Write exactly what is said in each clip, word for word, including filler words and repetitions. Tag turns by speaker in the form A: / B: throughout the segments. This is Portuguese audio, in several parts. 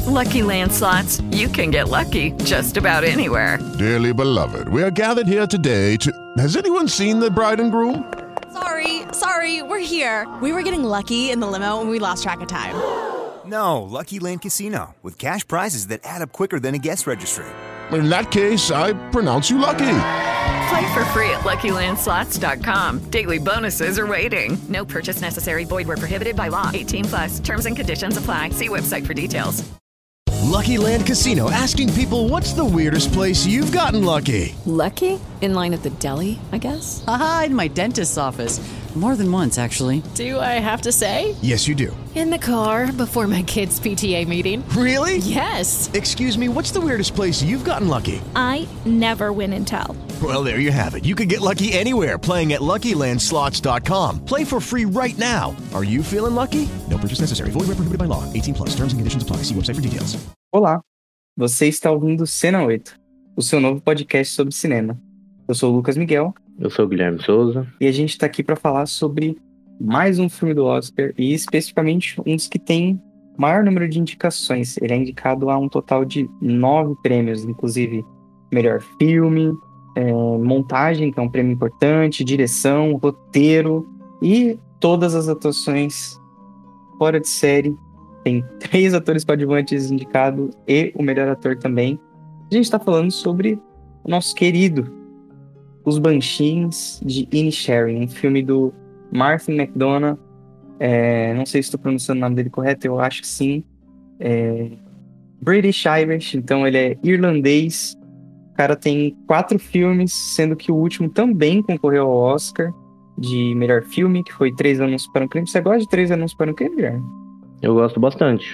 A: Lucky Land Slots, you can get lucky just about anywhere.
B: Dearly beloved, we are gathered here today to... Has anyone seen the bride and groom?
C: Sorry, sorry, we're here. We were getting lucky in the limo and we lost track of time.
D: No, Lucky Land Casino, with cash prizes that add up quicker than a guest registry.
B: In that case, I pronounce you lucky.
A: Play for free at Lucky Land Slots dot com. Daily bonuses are waiting. No purchase necessary. Void where prohibited by law. eighteen plus. Terms and conditions apply. See website for details.
E: Lucky Land Casino, asking people, what's the weirdest place you've gotten lucky?
F: Lucky? In line at the deli, I guess?
G: Aha, in my dentist's office. More than once, actually.
F: Do I have to say?
E: Yes, you do.
F: In the car before my kids' P T A meeting.
E: Really?
F: Yes.
E: Excuse me, what's the weirdest place you've gotten lucky?
H: I never win and tell.
E: Well, there you have it. You can get lucky anywhere, playing at Lucky Land Slots dot com. Play for free right now. Are you feeling lucky? No purchase necessary. Void where prohibited by law. eighteen plus. Terms and conditions apply. See website for details.
I: Olá, você está ouvindo Cena oito, o seu novo podcast sobre cinema. Eu sou o Lucas Miguel.
J: Eu sou o Guilherme Souza.
I: E a gente está aqui para falar sobre mais um filme do Oscar, e especificamente um dos que tem maior número de indicações. Ele é indicado a um total de nove prêmios, inclusive melhor filme, é, montagem, que é um prêmio importante, direção, roteiro e todas as atuações fora de série. Tem três atores coadjuvantes indicados e o melhor ator também. A gente está falando sobre o nosso querido Os Banshees de Inisherin, um filme do Martin McDonagh. É, não sei se estou pronunciando o nome dele correto, eu acho que sim. É, British Irish, então ele é irlandês. O cara tem quatro filmes, sendo que o último também concorreu ao Oscar de melhor filme, que foi Três Anúncios para um Crime. Você gosta de Três Anúncios para um Crime, Guilherme?
J: Eu gosto bastante.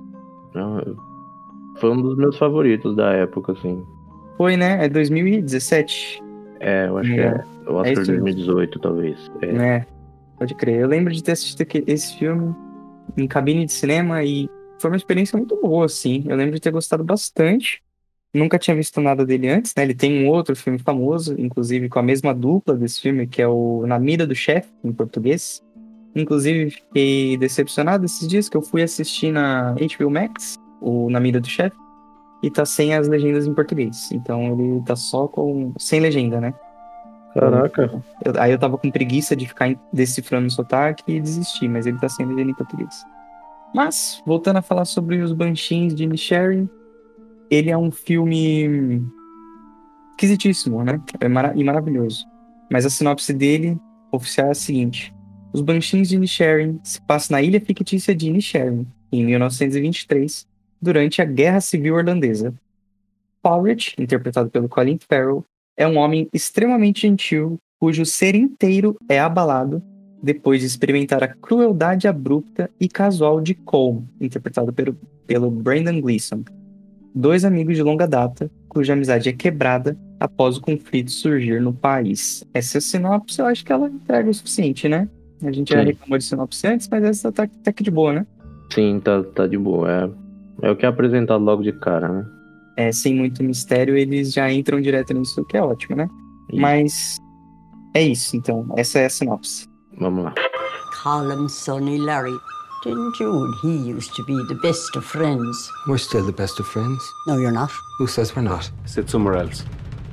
J: Foi um dos meus favoritos da época, assim.
I: Foi, né? É dois mil e dezessete?
J: É, eu acho é. que é. O Oscar é dois mil e dezoito, talvez. É.
I: é, pode crer. Eu lembro de ter assistido esse filme em cabine de cinema e foi uma experiência muito boa, assim. Eu lembro de ter gostado bastante. Nunca tinha visto nada dele antes, né? Ele tem um outro filme famoso, inclusive com a mesma dupla desse filme, que é o Na Mira do Chefe, em português. Inclusive, fiquei decepcionado esses dias que eu fui assistir na H B O Max, o Na Mira do Chefe, e tá sem as legendas em português. Então ele tá só com... sem legenda, né?
J: Caraca.
I: Eu, aí eu tava com preguiça de ficar decifrando o sotaque e desisti, mas ele tá sem legenda em português. Mas, voltando a falar sobre Os Banshees de Inisherin, ele é um filme esquisitíssimo, né? É mara- e maravilhoso. Mas a sinopse dele, oficial, é a seguinte: Os Banshees de Inisherin se passa na ilha fictícia de Inisherin, em mil novecentos e vinte e três, durante a Guerra Civil Irlandesa. Pawlet, interpretado pelo Colin Farrell, é um homem extremamente gentil, cujo ser inteiro é abalado depois de experimentar a crueldade abrupta e casual de Colm, interpretado pelo, pelo Brendan Gleeson. Dois amigos de longa data, cuja amizade é quebrada após o conflito surgir no país. Essa sinopse, eu acho que ela entrega o suficiente, né? A gente já reclamou de sinopse antes, mas essa tá até que de boa, né?
J: Sim, tá, tá de boa. É, é o que é apresentado logo de cara, né?
I: É, sem muito mistério, eles já entram direto nisso, que é ótimo, né? Isso. Mas é isso, então. Essa é a sinopse.
J: Vamos lá.
K: Callum, Sonny, Larry. Didn't you and he used to be the best of friends?
L: We're still the best of friends.
K: No, you're not.
L: Who says we're not?
M: Sit somewhere else.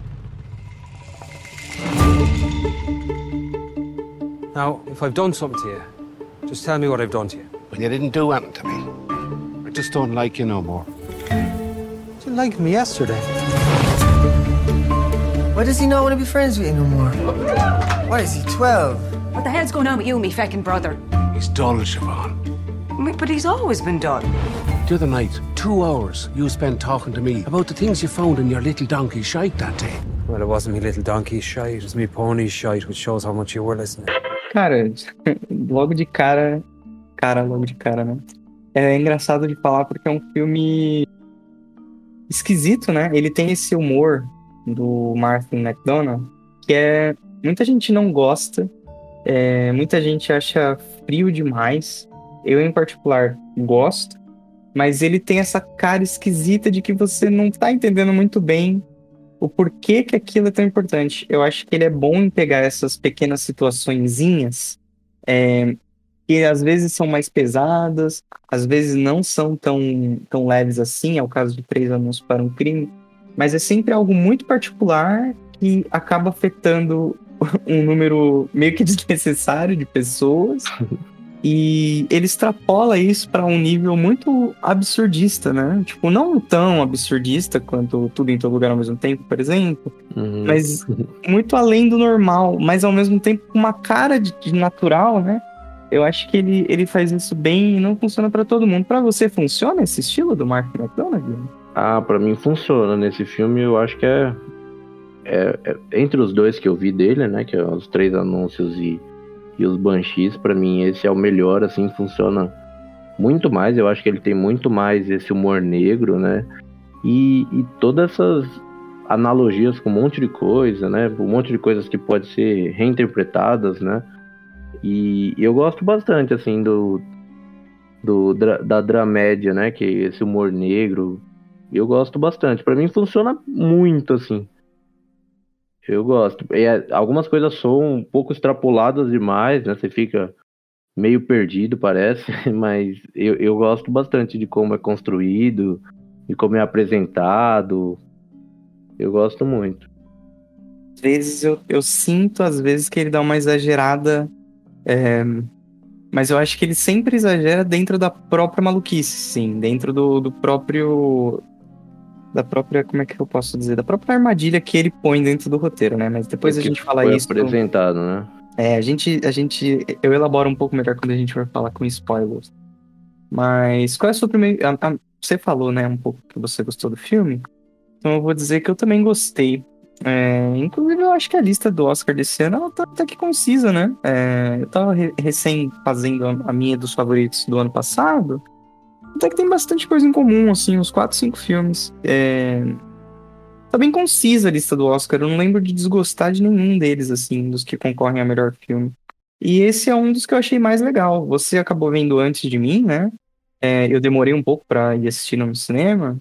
L: Now, if I've done something to you, just tell me what I've done to you.
M: Well, you didn't do anything to me. I just don't like you no more.
L: You didn't like me yesterday.
N: Why does he not want to be friends with you no more? Why is he twelve?
O: What the hell's going on with you, me feckin' brother?
M: He's dull, Siobhan.
O: But he's always been dull.
M: The other night, two hours you spent talking to me about the things you found in your little donkey shite that day.
L: Well, it wasn't me little donkey shite, it was me pony shite, which shows how much you were listening.
I: Cara, logo de cara... Cara, logo de cara, né? É engraçado de falar porque é um filme esquisito, né? Ele tem esse humor do Martin McDonagh que é... Muita gente não gosta, é, muita gente acha frio demais. Eu, em particular, gosto. Mas ele tem essa cara esquisita de que você não tá entendendo muito bem o porquê que aquilo é tão importante. Eu acho que ele é bom em pegar essas pequenas situaçõezinhas é, que às vezes são mais pesadas, às vezes não são tão, tão leves assim, é o caso de Três Anúncios para um Crime, mas é sempre algo muito particular que acaba afetando um número meio que desnecessário de pessoas. E ele extrapola isso para um nível muito absurdista, né? Tipo, não tão absurdista quanto Tudo em Todo Lugar ao Mesmo Tempo, por exemplo,
J: Uhum.
I: mas muito além do normal, mas ao mesmo tempo com uma cara de, de natural, né? Eu acho que ele, ele faz isso bem e não funciona para todo mundo. Para você, funciona esse estilo do Mark McDonagh?
J: Ah, pra mim funciona. Nesse filme eu acho que é, é, é entre os dois que eu vi dele, né? Que é os Três Anúncios e, e os Banshees, pra mim esse é o melhor, assim, funciona muito mais. Eu acho que ele tem muito mais esse humor negro, né? E, e todas essas analogias com um monte de coisa, né? Um monte de coisas que podem ser reinterpretadas, né? E, e eu gosto bastante, assim, do, do da dramédia, né? Que é esse humor negro. Eu gosto bastante. Pra mim funciona muito, assim. Eu gosto. E, é, algumas coisas são um pouco extrapoladas demais, né? Você fica meio perdido, parece. Mas eu, eu gosto bastante de como é construído, de como é apresentado. Eu gosto muito.
I: Às vezes eu, eu sinto, às vezes, que ele dá uma exagerada. É, mas eu acho que ele sempre exagera dentro da própria maluquice, sim. Dentro do, do próprio... Da própria, como é que eu posso dizer? Da própria armadilha que ele põe dentro do roteiro, né? Mas depois a gente fala
J: foi
I: isso...
J: apresentado, né?
I: É, a gente, a gente... Eu elaboro um pouco melhor quando a gente vai falar com spoilers. Mas qual é a sua primeira... A, a, você falou, né, um pouco que você gostou do filme. Então eu vou dizer que eu também gostei. É, inclusive eu acho que a lista do Oscar desse ano ela tá até que concisa, né? É, eu tava re- recém fazendo a, a minha dos favoritos do ano passado. Até que tem bastante coisa em comum, assim, uns quatro, cinco filmes. É, tá bem concisa a lista do Oscar. Eu não lembro de desgostar de nenhum deles, assim, dos que concorrem a melhor filme. E esse é um dos que eu achei mais legal. Você acabou vendo antes de mim, né? É, eu demorei um pouco pra ir assistir no cinema.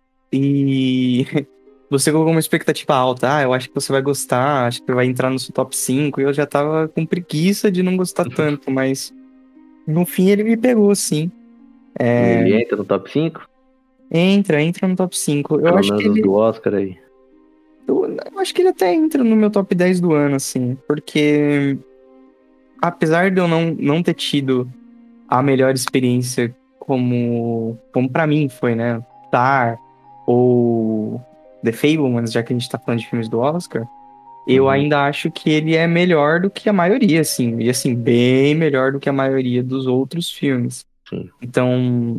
I: E você colocou uma expectativa alta. Ah, eu acho que você vai gostar, acho que vai entrar no seu top cinco. E eu já tava com preguiça de não gostar tanto, mas no fim ele me pegou, sim. É...
J: Ele entra no top cinco?
I: Entra, entra no top cinco. Eu
J: Pelo
I: acho
J: menos
I: que ele...
J: do Oscar aí.
I: Eu, eu acho que ele até entra no meu top dez do ano, assim. Porque apesar de eu não, não ter tido a melhor experiência como, como pra mim foi, né? Tar ou The Fablemans, já que a gente tá falando de filmes do Oscar, eu
J: Uhum.
I: ainda acho que ele é melhor do que a maioria, assim. E, assim, bem melhor do que a maioria dos outros filmes.
J: Sim.
I: Então,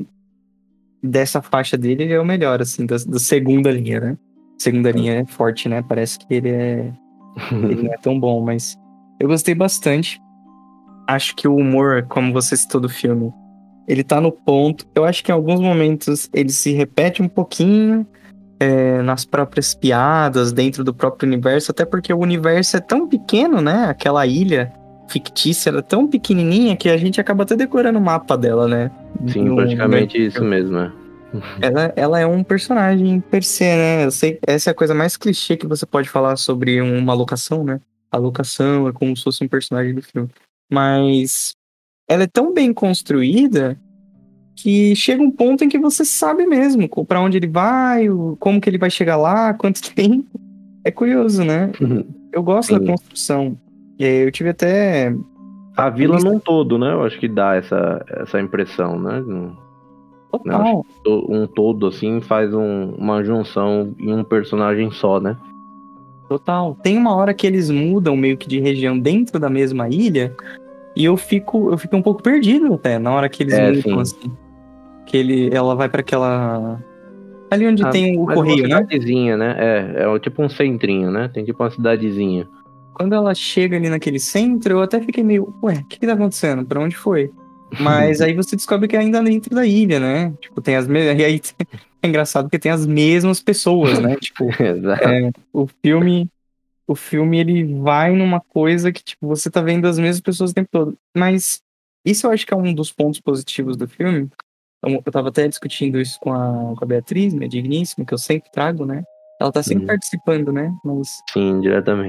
I: dessa faixa dele, ele é o melhor, assim, da, da segunda linha, né? Segunda linha é forte, né? Parece que ele é... ele não é tão bom, mas eu gostei bastante. Acho que o humor, como você citou do filme, ele tá no ponto. Eu acho que em alguns momentos ele se repete um pouquinho é, nas próprias piadas, dentro do próprio universo, até porque o universo é tão pequeno, né? Aquela ilha fictícia era tão pequenininha que a gente acaba até decorando o mapa dela, né?
J: Sim,
I: No-
J: praticamente
I: no-
J: isso mesmo, né?
I: Ela, ela é um personagem per se, né? Eu sei, essa é a coisa mais clichê que você pode falar sobre uma locação, né? A locação é como se fosse um personagem do filme. Mas ela é tão bem construída que chega um ponto em que você sabe mesmo co- pra onde ele vai, o- como que ele vai chegar lá, quanto tempo. É curioso, né? Eu gosto da
J: Sim.
I: construção. E aí eu tive até...
J: A vila num todo, né? Eu acho que dá essa, essa impressão, né? Não- Eu acho
I: Total.
J: que to- um todo, assim, faz um- uma junção em um personagem só, né?
I: Total. Tem uma hora que eles mudam meio que de região dentro da mesma ilha e eu fico, eu fico um pouco perdido até na hora que eles
J: É,
I: mudam,
J: sim.
I: assim. Que ele, ela vai pra aquela... Ali onde
J: Ah,
I: tem o
J: mas
I: correio,
J: uma
I: né?
J: cidadezinha, né? É, é tipo um centrinho, né? Tem tipo uma cidadezinha.
I: Quando ela chega ali naquele centro, eu até fiquei meio... Ué, o que que tá acontecendo? Pra onde foi? Mas aí você descobre que é ainda dentro da ilha, né? Tipo, tem as mesmas... E aí é engraçado porque tem as mesmas pessoas, né? Tipo,
J: Exato.
I: é, o filme... O filme, ele vai numa coisa que, tipo, você tá vendo as mesmas pessoas o tempo todo. Mas isso eu acho que é um dos pontos positivos do filme. Eu, eu tava até discutindo isso com a, com a Beatriz, minha digníssima, que eu sempre trago, né? Ela tá sempre
J: Uhum.
I: participando, né? Mas
J: Sim, diretamente.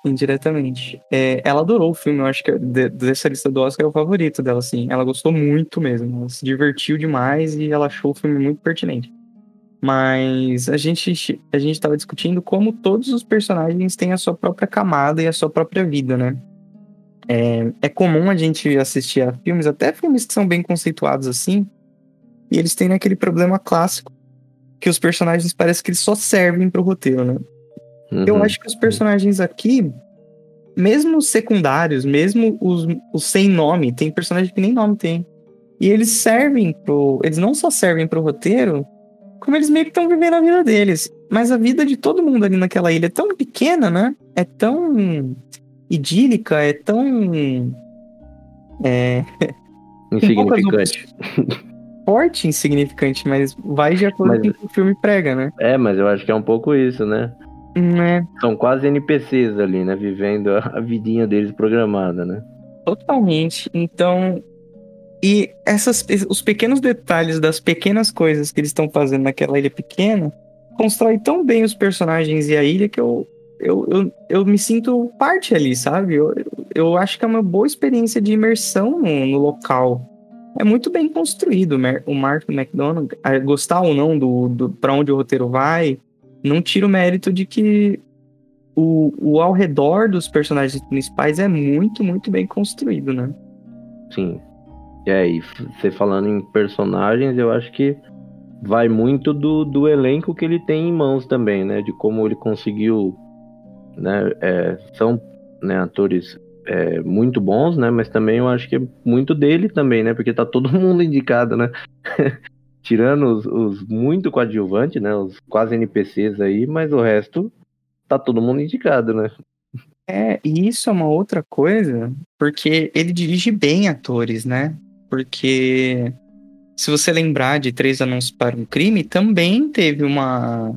I: indiretamente. É, ela adorou o filme, eu acho que de- dessa lista do Oscar é o favorito dela, assim. Ela gostou muito mesmo, ela se divertiu demais e ela achou o filme muito pertinente. Mas a gente, a gente tava discutindo como todos os personagens têm a sua própria camada e a sua própria vida, né? É, é comum a gente assistir a filmes, até filmes que são bem conceituados assim, e eles têm aquele problema clássico que os personagens parece que eles só servem pro roteiro, né?
J: Uhum.
I: Eu acho que os personagens aqui, mesmo os secundários, mesmo os, os sem nome, tem personagem que nem nome tem. E eles servem pro... Eles não só servem pro roteiro, como eles meio que estão vivendo a vida deles. Mas a vida de todo mundo ali naquela ilha é tão pequena, né? É tão idílica, é tão... É...
J: Insignificante.
I: Forte, insignificante, mas vai de acordo
J: Mas-
I: com o que o filme prega, né?
J: É, mas eu acho que é um pouco isso, né?
I: Hum, é.
J: São quase N P Cs ali, né? Vivendo a, a vidinha deles programada, né?
I: Totalmente. Então, e essas, os pequenos detalhes das pequenas coisas que eles estão fazendo naquela ilha pequena constrói tão bem os personagens e a ilha que eu, eu, eu, eu me sinto parte ali, sabe? Eu, eu, eu acho que é uma boa experiência de imersão no, no local. É muito bem construído. O Martin McDonagh, a gostar ou não do, do para onde o roteiro vai, não tira o mérito de que o, o ao redor dos personagens principais é muito, muito bem construído, né?
J: Sim. E aí, você falando em personagens, eu acho que vai muito do, do elenco que ele tem em mãos também, né? De como ele conseguiu, né? É, são, né, atores é, muito bons, né? Mas também eu acho que é muito dele também, né? Porque tá todo mundo indicado, né? Tirando os, os muito coadjuvantes, né? Os quase N P Cs aí, mas o resto tá todo mundo indicado, né?
I: É, e isso é uma outra coisa, porque ele dirige bem atores, né? Porque se você lembrar de Três Anúncios para um Crime, também teve uma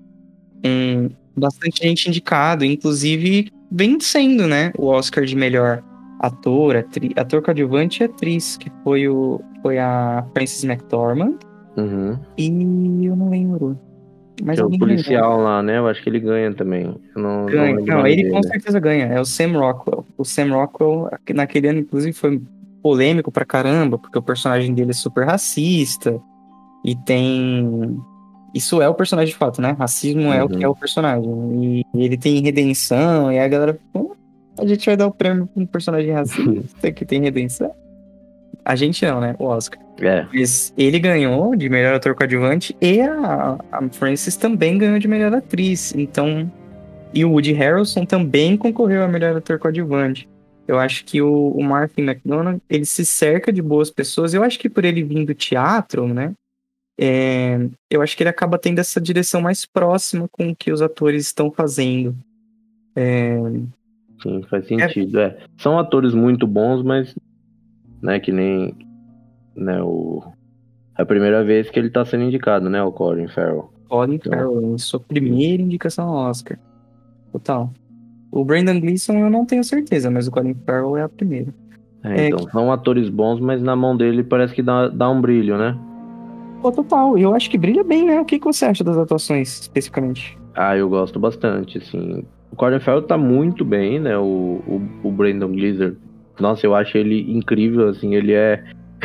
I: um, bastante gente indicado, inclusive vencendo, né? O Oscar de melhor ator, atri, ator coadjuvante e atriz, que foi, o, foi a Frances McDormand.
J: Uhum.
I: E eu não lembro. Mas
J: Que é o
I: alguém
J: policial
I: lembra.
J: lá, né? Eu acho que ele ganha também. Eu não,
I: Ganha.
J: não, lembro o
I: Não,
J: nome
I: ele
J: dele.
I: com certeza ganha. É o Sam Rockwell. O Sam Rockwell, naquele ano, inclusive, foi polêmico pra caramba, porque o personagem dele é super racista. E tem... Isso é o personagem de fato, né? Racismo é
J: Uhum.
I: o que é o personagem. E ele tem redenção, e a galera... Pô, a gente vai dar o prêmio pra um personagem racista que tem redenção? A gente não, né? O Oscar.
J: É.
I: Mas ele ganhou de melhor ator coadjuvante e a, a Frances também ganhou de melhor atriz. Então, e o Woody Harrelson também concorreu a melhor ator coadjuvante. Eu acho que o, o Martin McDonagh, ele se cerca de boas pessoas. Eu acho que por ele vir do teatro, né? É, eu acho que ele acaba tendo essa direção mais próxima com o que os atores estão fazendo. É,
J: Sim, faz sentido. É. São atores muito bons, mas, né, que nem, né, o... é a primeira vez que ele tá sendo indicado, né, o Colin Farrell.
I: Colin
J: Então-
I: Farrell, sua primeira indicação ao Oscar. Total. O Brendan Gleeson eu não tenho certeza, mas o Colin Farrell é a primeira.
J: É,
I: É,
J: então, são atores bons, mas na mão dele parece que dá, dá um brilho, né?
I: Pô, total. E eu acho que brilha bem, né? O que, que você acha das atuações, especificamente?
J: Ah, eu gosto bastante, assim. O Colin Farrell tá muito bem, né? O, o, o Brendan Gleeson, nossa, eu acho ele incrível, assim, ele é...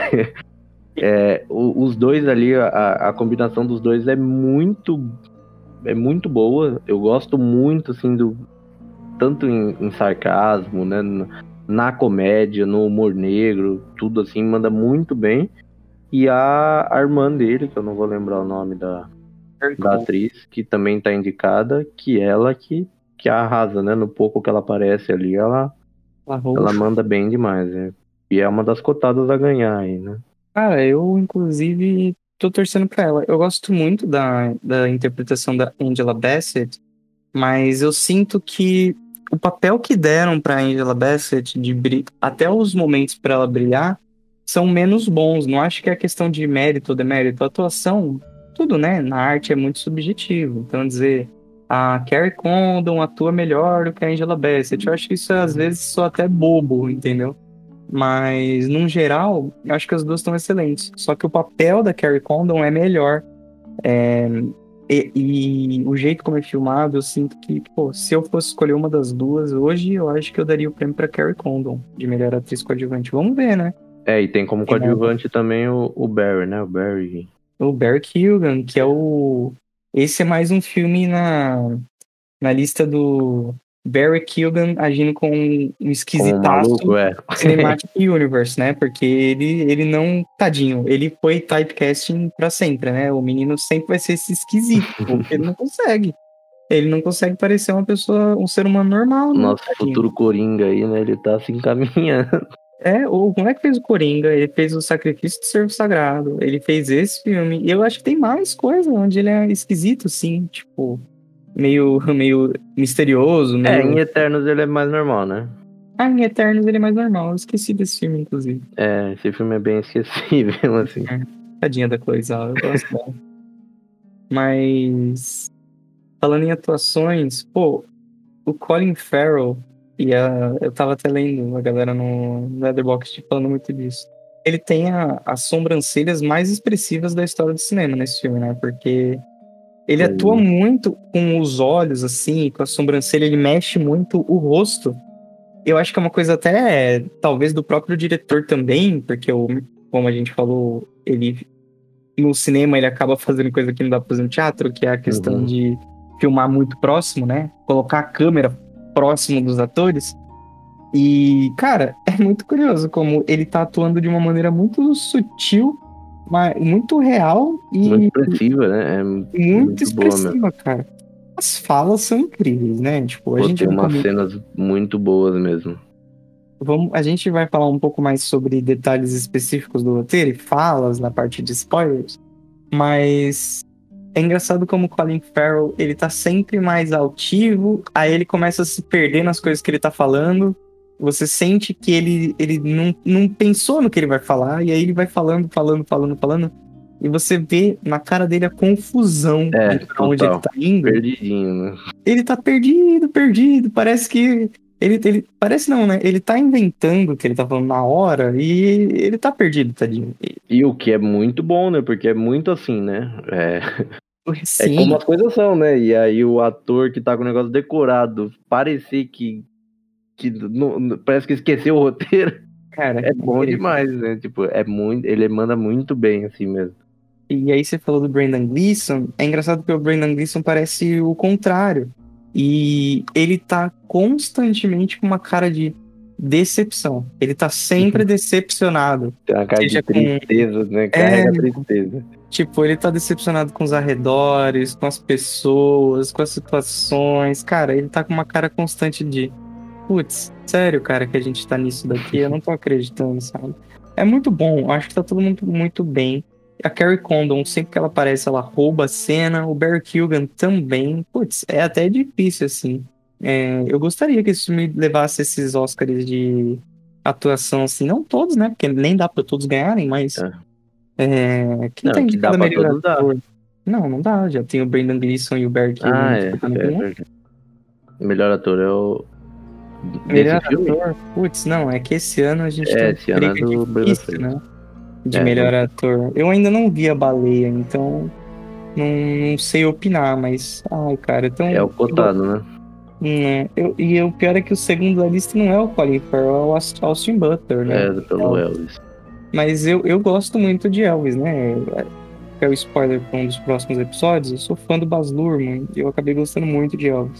J: é o- os dois ali, a, a combinação dos dois é muito... é muito boa. Eu gosto muito, assim, do... tanto em, em sarcasmo, né? Na comédia, no humor negro, tudo assim, manda muito bem. E a, a irmã dele, que eu não vou lembrar o nome da, da atriz, que também tá indicada, que ela que, que arrasa, né? No pouco que ela aparece ali, ela, ela manda bem demais, né? E é uma das cotadas a ganhar aí, né?
I: Cara, eu, inclusive, tô torcendo pra ela. Eu gosto muito da, da interpretação da Angela Bassett, mas eu sinto que o papel que deram pra Angela Bassett, de bri- até os momentos pra ela brilhar, são menos bons. Não acho que é questão de mérito ou demérito. A atuação, tudo, né? Na arte é muito subjetivo. Então, dizer, a Carrie Condon atua melhor do que a Angela Bassett, eu acho que isso às vezes só até bobo, entendeu? Mas, num geral, eu acho que as duas estão excelentes. Só que o papel da Carrie Condon é melhor. É, E, e o jeito como é filmado, eu sinto que, pô, se eu fosse escolher uma das duas, hoje eu acho que eu daria o prêmio pra Carrie Condon, de melhor atriz coadjuvante. Vamos ver, né?
J: É, e tem como coadjuvante também o, o Barry, né? O Barry.
I: O Barry Keoghan, que é o... Esse é mais um filme na, na lista do Barry Keoghan agindo com um esquisitaço
J: maluco, é.
I: Cinematic Universe, né? Porque ele, ele não... Tadinho, ele foi typecasting pra sempre, né? O menino sempre vai ser esse esquisito, porque ele não consegue. Ele não consegue parecer uma pessoa, um ser humano normal, né?
J: Nosso futuro Coringa aí, né? Ele tá se encaminhando.
I: É, o como é que fez o Coringa? Ele fez o Sacrifício do Servo Sagrado. Ele fez esse filme. E eu acho que tem mais coisa onde ele é esquisito, sim. Tipo, meio, meio misterioso. Meio...
J: É, em Eternos ele é mais normal, né?
I: Ah, em Eternos ele é mais normal. Eu esqueci desse filme, inclusive.
J: É, esse filme é bem esquecível, assim.
I: É, tadinha da Chloe Zhao, eu gosto dela. Mas... Falando em atuações, pô, o Colin Farrell... E a, eu tava até lendo a galera no Letterboxd falando muito disso. Ele tem a, as sobrancelhas mais expressivas da história do cinema nesse filme, né? Porque ele
J: é.
I: atua muito com os olhos, assim, com a sobrancelha, ele mexe muito o rosto. Eu acho que é uma coisa até, talvez, do próprio diretor também, porque, o, como a gente falou, ele no cinema ele acaba fazendo coisa que não dá pra fazer no teatro, que é a questão uhum. de filmar muito próximo, né? Colocar a câmera próximo dos atores. E, cara, é muito curioso como ele tá atuando de uma maneira muito sutil, mas muito real e...
J: Muito expressiva, né? É
I: muito,
J: muito
I: expressiva,
J: boa,
I: cara. As falas são incríveis, né? Tipo, a
J: Pô,
I: gente
J: tem umas
I: vai...
J: cenas muito boas mesmo.
I: Vamos, a gente vai falar um pouco mais sobre detalhes específicos do roteiro e falas na parte de spoilers, mas... É engraçado como o Colin Farrell, ele tá sempre mais altivo, aí ele começa a se perder nas coisas que ele tá falando, você sente que ele, ele não, não pensou no que ele vai falar, e aí ele vai falando, falando, falando, falando, e você vê na cara dele a confusão
J: é,
I: de pra onde ele tá indo.
J: Perdidinho, né?
I: Ele tá perdido, perdido, parece que... Ele, ele, parece não, né? Ele tá inventando o que ele tá falando na hora e ele tá perdido, tadinho.
J: E o que é muito bom, né? Porque é muito assim, né? É,
I: Sim.
J: é como as coisas são, né? E aí o ator que tá com o negócio decorado, parecer que, que não, parece que esqueceu o roteiro.
I: Cara,
J: é bom
I: ele...
J: demais, né? Tipo, é muito, ele manda muito bem assim mesmo.
I: E aí você falou do Brendan Gleeson. É engraçado porque o Brendan Gleeson parece o contrário. E ele tá constantemente com uma cara de decepção. Ele tá sempre decepcionado.
J: Tem uma cara de tristeza, com... né? Carrega é... tristeza.
I: Tipo, ele tá decepcionado com os arredores, com as pessoas, com as situações. Cara, ele tá com uma cara constante de... Putz, sério, cara, que a gente tá nisso daqui? Eu não tô acreditando, sabe? É muito bom. Acho que tá todo mundo muito bem. A Carrie Condon, sempre que ela aparece, ela rouba a cena. O Barry Keoghan também. Putz, é até difícil, assim. É, eu gostaria que esse filme levasse esses Oscars de atuação, assim. Não todos, né? Porque nem dá pra todos ganharem, mas... É. É, quem
J: não,
I: tá indicado melhor ator?
J: Dá.
I: Não, não dá. Já tem o Brendan Gleeson e o Barry Keoghan.
J: Ah, é. é o melhor ator é o...
I: Melhor ator? Putz, não. É que esse ano a gente
J: é,
I: tem
J: uma briga
I: é
J: do
I: difícil, né? De
J: é,
I: melhor
J: não...
I: ator. Eu ainda não vi a Baleia, então não, não sei opinar, mas... Ai, cara, então...
J: É o cotado, né?
I: Hum, eu, e o pior é que o segundo da lista não é o Colin Farrell, é o Austin Butler, né?
J: É, pelo Elvis.
I: Mas eu, eu gosto muito de Elvis, né? É o spoiler para um dos próximos episódios. Eu sou fã do Baz Luhrmann e eu acabei gostando muito de Elvis.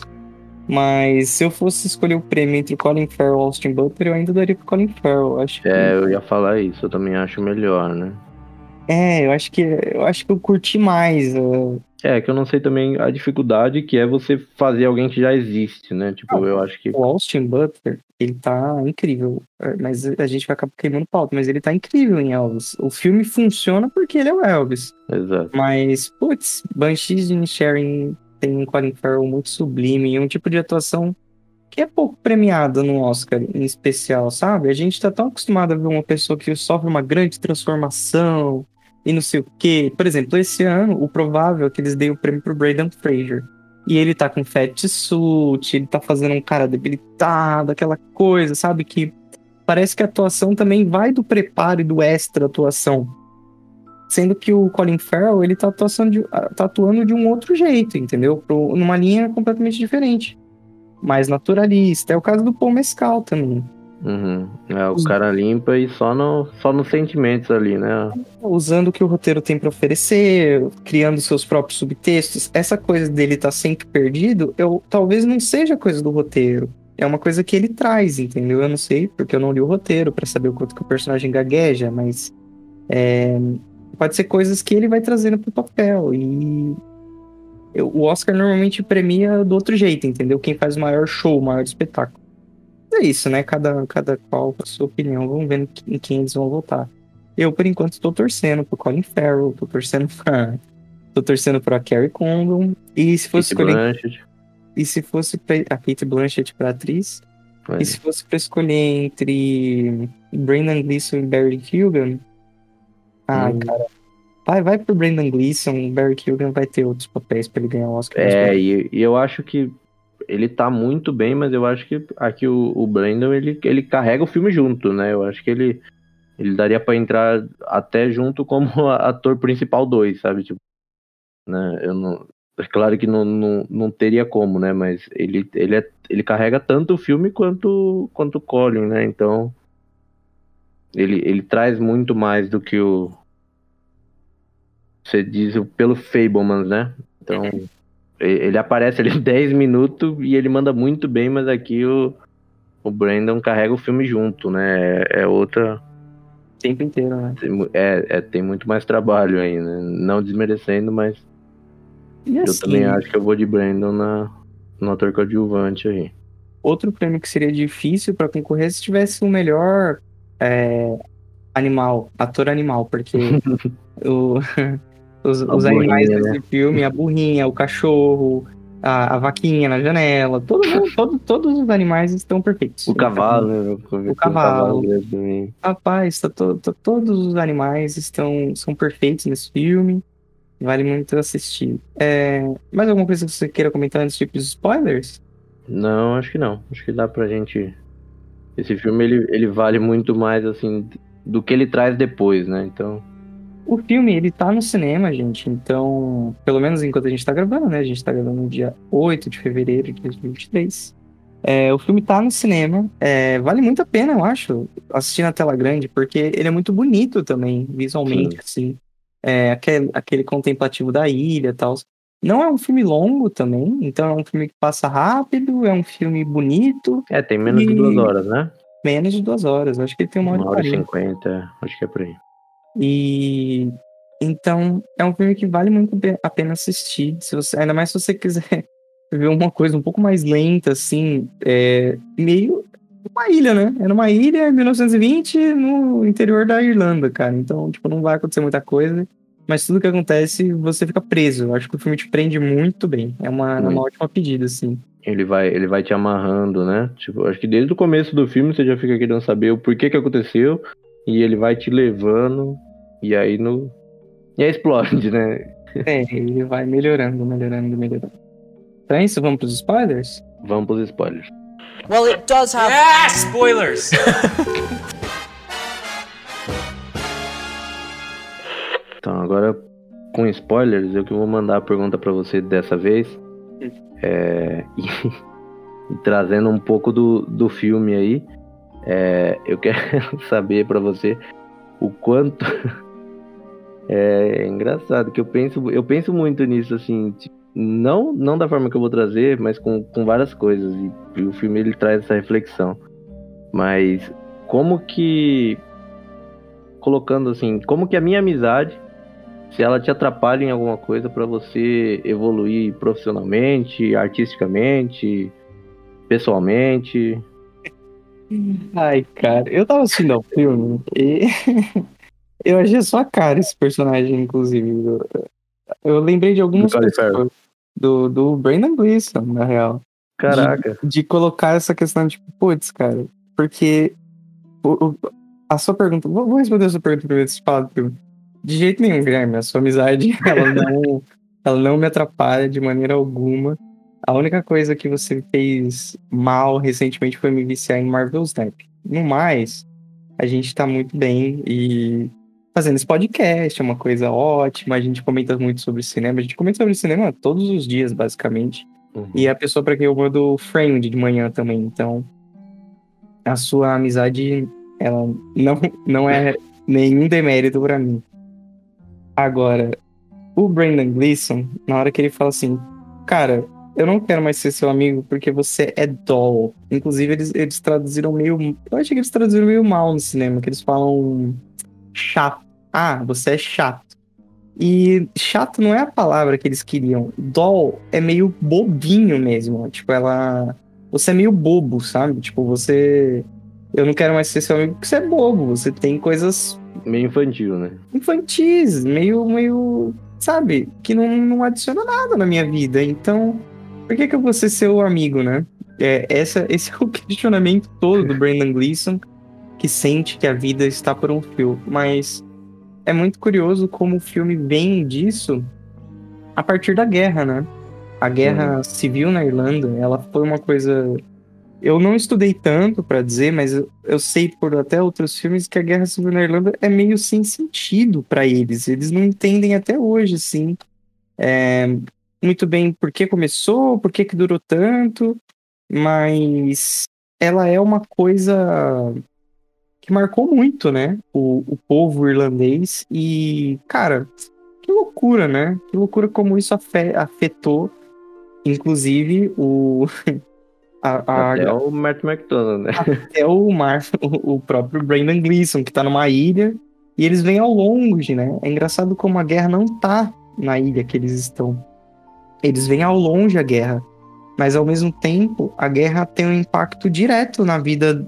I: Mas se eu fosse escolher o prêmio entre Colin Farrell e Austin Butler, eu ainda daria pro Colin Farrell. Acho que...
J: É, eu ia falar isso, eu também acho melhor, né?
I: É, eu acho que eu acho que eu curti mais. Uh...
J: É, que eu não sei também a dificuldade que é você fazer alguém que já existe, né? Tipo, não, eu acho que...
I: O Austin Butler, ele tá incrível. Mas a gente vai acabar queimando pauta, mas ele tá incrível em Elvis. O filme funciona porque ele é o Elvis.
J: Exato.
I: Mas, putz, Banshees de Inisherin tem um Colin Farrell muito sublime e um tipo de atuação que é pouco premiada no Oscar, em especial, sabe? A gente tá tão acostumado a ver uma pessoa que sofre uma grande transformação e não sei o quê. Por exemplo, esse ano, o provável é que eles deem o prêmio pro Brendan Fraser. E ele tá com fat suit, ele tá fazendo um cara debilitado, aquela coisa, sabe? Que parece que a atuação também vai do preparo e do extra atuação. Sendo que o Colin Farrell, ele tá atuando de, tá atuando de um outro jeito, entendeu? Pro, numa linha completamente diferente. Mais naturalista. É o caso do Paul Mescal também.
J: Uhum. É, o cara limpa e só, no, só nos sentimentos ali, né?
I: Usando o que o roteiro tem pra oferecer, criando seus próprios subtextos. Essa coisa dele tá sempre perdido, eu, talvez não seja coisa do roteiro. É uma coisa que ele traz, entendeu? Eu não sei, porque eu não li o roteiro pra saber o quanto que o personagem gagueja, mas é, pode ser coisas que ele vai trazendo pro papel. E eu, o Oscar normalmente premia do outro jeito, entendeu? Quem faz o maior show, o maior espetáculo. É isso, né? Cada, cada qual com a sua opinião. Vamos ver em quem eles vão votar. Eu, por enquanto, tô torcendo pro Colin Farrell, tô torcendo pra... tô torcendo pra Carrie Condon. E se fosse
J: Kate
I: escolher...
J: Blanchett.
I: E se fosse pra... a Kate Blanchett pra atriz.
J: É.
I: E se fosse pra escolher entre Brendan Gleeson e Barry Keoghan... Ai,
J: Hum.
I: cara. Vai, vai pro Brendan Gleeson, Barry Keoghan vai ter outros papéis pra ele ganhar o Oscar.
J: É, e, e eu acho que ele tá muito bem, mas eu acho que aqui o, o Brandon, ele, ele carrega o filme junto, né? Eu acho que ele, ele daria pra entrar até junto como ator principal dois, sabe? Tipo, né? Eu não, é claro que não, não, não teria como, né? Mas ele, ele, é, ele carrega tanto o filme quanto, quanto o Colin, né? Então, ele, ele traz muito mais do que o... Você diz pelo Fablemans, né? Então... Ele aparece ali dez minutos e ele manda muito bem, mas aqui o, o Brandon carrega o filme junto, né? É, é outra...
I: O tempo inteiro, né?
J: É, é, tem muito mais trabalho aí, né? Não desmerecendo, mas...
I: E
J: eu
I: assim,
J: também acho que eu vou de Brandon na, no ator coadjuvante aí.
I: Outro prêmio que seria difícil pra concorrer se tivesse o melhor é, animal, ator animal, porque o... Os, os animais desse
J: né?
I: filme, a burrinha, o cachorro, a, a vaquinha na janela, todo mundo, todo, todos os animais estão perfeitos.
J: O cavalo, né?
I: O, o cavalo. cavalo Rapaz, tá to, tá, todos os animais estão, são perfeitos nesse filme. Vale muito assistir. É, mais alguma coisa que você queira comentar antes de tipos de spoilers?
J: Não, acho que não. Acho que dá pra gente... Esse filme, ele, ele vale muito mais, assim, do que ele traz depois, né? Então...
I: O filme, ele tá no cinema, gente, então, pelo menos enquanto a gente tá gravando, né, a gente tá gravando no dia oito de fevereiro de dois mil e vinte e três, é, o filme tá no cinema, é, vale muito a pena, eu acho, assistir na tela grande, porque ele é muito bonito também, visualmente, Sim. assim, é, aquele, aquele contemplativo da ilha e tal. Não é um filme longo também, então é um filme que passa rápido, é um filme bonito.
J: É, tem menos e... de duas horas, né?
I: Menos de duas horas, eu acho que ele tem uma hora e
J: Uma hora e cinquenta, acho que é por aí.
I: E então é um filme que vale muito a pena assistir, se você, ainda mais se você quiser ver uma coisa um pouco mais lenta, assim, é, meio uma ilha, né? É numa ilha em mil novecentos e vinte no interior da Irlanda, cara. Então, tipo, não vai acontecer muita coisa, mas tudo que acontece você fica preso. Eu acho que o filme te prende muito bem. É uma, uma ótima pedida, assim.
J: Ele vai, ele vai te amarrando, né? Tipo, acho que desde o começo do filme você já fica querendo saber o porquê que aconteceu. E ele vai te levando, e aí no... E aí explode, né?
I: É, ele vai melhorando, melhorando, melhorando. Então é isso, vamos pros spoilers?
J: Vamos pros spoilers.
P: Well, it does have...
Q: Yeah, spoilers!
J: Então, agora, com spoilers, eu que vou mandar a pergunta pra você dessa vez. É... E, e trazendo um pouco do, do filme aí. É, eu quero saber pra você o quanto é engraçado que eu penso, eu penso muito nisso, assim, tipo, não, não da forma que eu vou trazer, mas com, com várias coisas, e, e o filme ele traz essa reflexão, mas como que, colocando assim, como que a minha amizade, se ela te atrapalha em alguma coisa pra você evoluir profissionalmente, artisticamente, pessoalmente.
I: Ai, cara, eu tava assistindo ao filme e eu achei só a cara esse personagem, inclusive. Eu, eu lembrei de algumas
J: do
I: pessoas do, do Brendan Gleeson, na real.
J: Caraca.
I: De, de colocar essa questão de, tipo, putz, cara, porque o, o, a sua pergunta, vou, vou responder a sua pergunta primeiro antes de falar do filme. De jeito nenhum, Guilherme, a sua amizade, ela não, ela não me atrapalha de maneira alguma. A única coisa que você fez mal recentemente foi me viciar em Marvel Snap. No mais, a gente tá muito bem e fazendo esse podcast, é uma coisa ótima, a gente comenta muito sobre cinema, a gente comenta sobre cinema todos os dias, basicamente. Uhum. E é a pessoa para quem eu mando friend de manhã também, então a sua amizade, ela não, não é nenhum demérito para mim. Agora, o Brendan Gleeson, na hora que ele fala assim, cara, eu não quero mais ser seu amigo porque você é doll. Inclusive, eles, eles traduziram meio... Eu achei que eles traduziram meio mal no cinema, que eles falam chato. Ah, você é chato. E chato não é a palavra que eles queriam. Doll é meio bobinho mesmo. Tipo, ela... Você é meio bobo, sabe? Tipo, você... Eu não quero mais ser seu amigo porque você é bobo. Você tem coisas...
J: Meio infantil, né?
I: Infantis, meio... meio sabe? Que não, não adiciona nada na minha vida. Então, por que que eu vou ser seu amigo, né? É, essa, esse é o questionamento todo do Brendan Gleeson, que sente que a vida está por um fio. Mas é muito curioso como o filme vem disso a partir da guerra, né? A guerra hum. civil na Irlanda, ela foi uma coisa... Eu não estudei tanto pra dizer, mas eu, eu sei por até outros filmes que a guerra civil na Irlanda é meio sem sentido pra eles. Eles não entendem até hoje, assim, é, muito bem por que começou, por que que durou tanto, mas ela é uma coisa que marcou muito, né? O, o povo irlandês e, cara, que loucura, né? Que loucura como isso afetou, inclusive, o... A, a,
J: até o Martin McDonagh, né?
I: Até o, Mar, o, o próprio Brendan Gleeson, que tá numa ilha, e eles vêm ao longe, né? É engraçado como a guerra não tá na ilha que eles estão. Eles vêm ao longe a guerra, mas ao mesmo tempo, a guerra tem um impacto direto na vida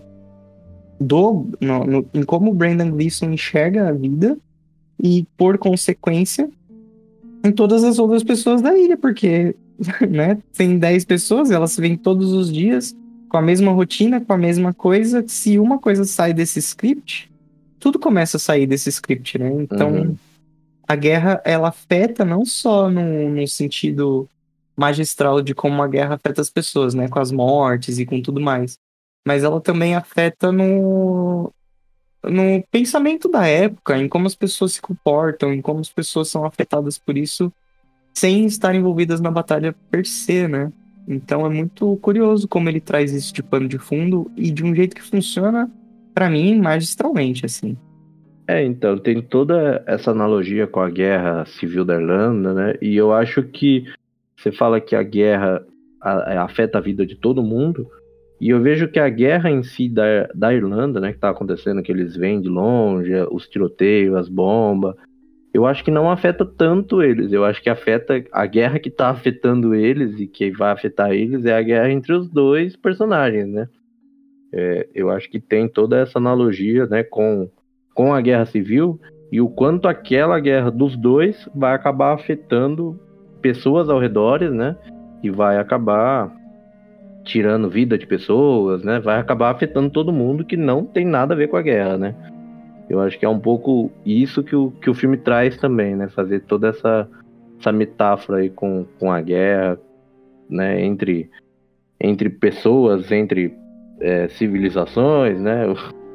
I: do... No, no, em como o Brendan Gleeson enxerga a vida, e, por consequência, em todas as outras pessoas da ilha, porque... né? Tem dez pessoas, elas vêm todos os dias com a mesma rotina, com a mesma coisa. Se uma coisa sai desse script, tudo começa a sair desse script, né? Então, uhum. a guerra, ela afeta não só no, no sentido magistral de como a guerra afeta as pessoas, né? Com as mortes e com tudo mais. Mas ela também afeta no, no pensamento da época, em como as pessoas se comportam, em como as pessoas são afetadas por isso, sem estar envolvidas na batalha per se, né? Então é muito curioso como ele traz isso de pano de fundo e de um jeito que funciona, pra mim, magistralmente, assim.
J: É, então, tem toda essa analogia com a guerra civil da Irlanda, né? E eu acho que você fala que a guerra a, a, afeta a vida de todo mundo, e eu vejo que a guerra em si da, da Irlanda, né, que tá acontecendo, que eles vêm de longe, os tiroteios, as bombas, eu acho que não afeta tanto eles. Eu acho que afeta a guerra que tá afetando eles e que vai afetar eles é a guerra entre os dois personagens, né? É, eu acho que tem toda essa analogia, né, com, com a guerra civil e o quanto aquela guerra dos dois vai acabar afetando pessoas ao redor, né? E vai acabar tirando vida de pessoas, né? Vai acabar afetando todo mundo que não tem nada a ver com a guerra, né? Eu acho que é um pouco isso que o, que o filme traz também, né? Fazer toda essa, essa metáfora aí com, com a guerra, né? Entre, entre pessoas, entre é, civilizações, né?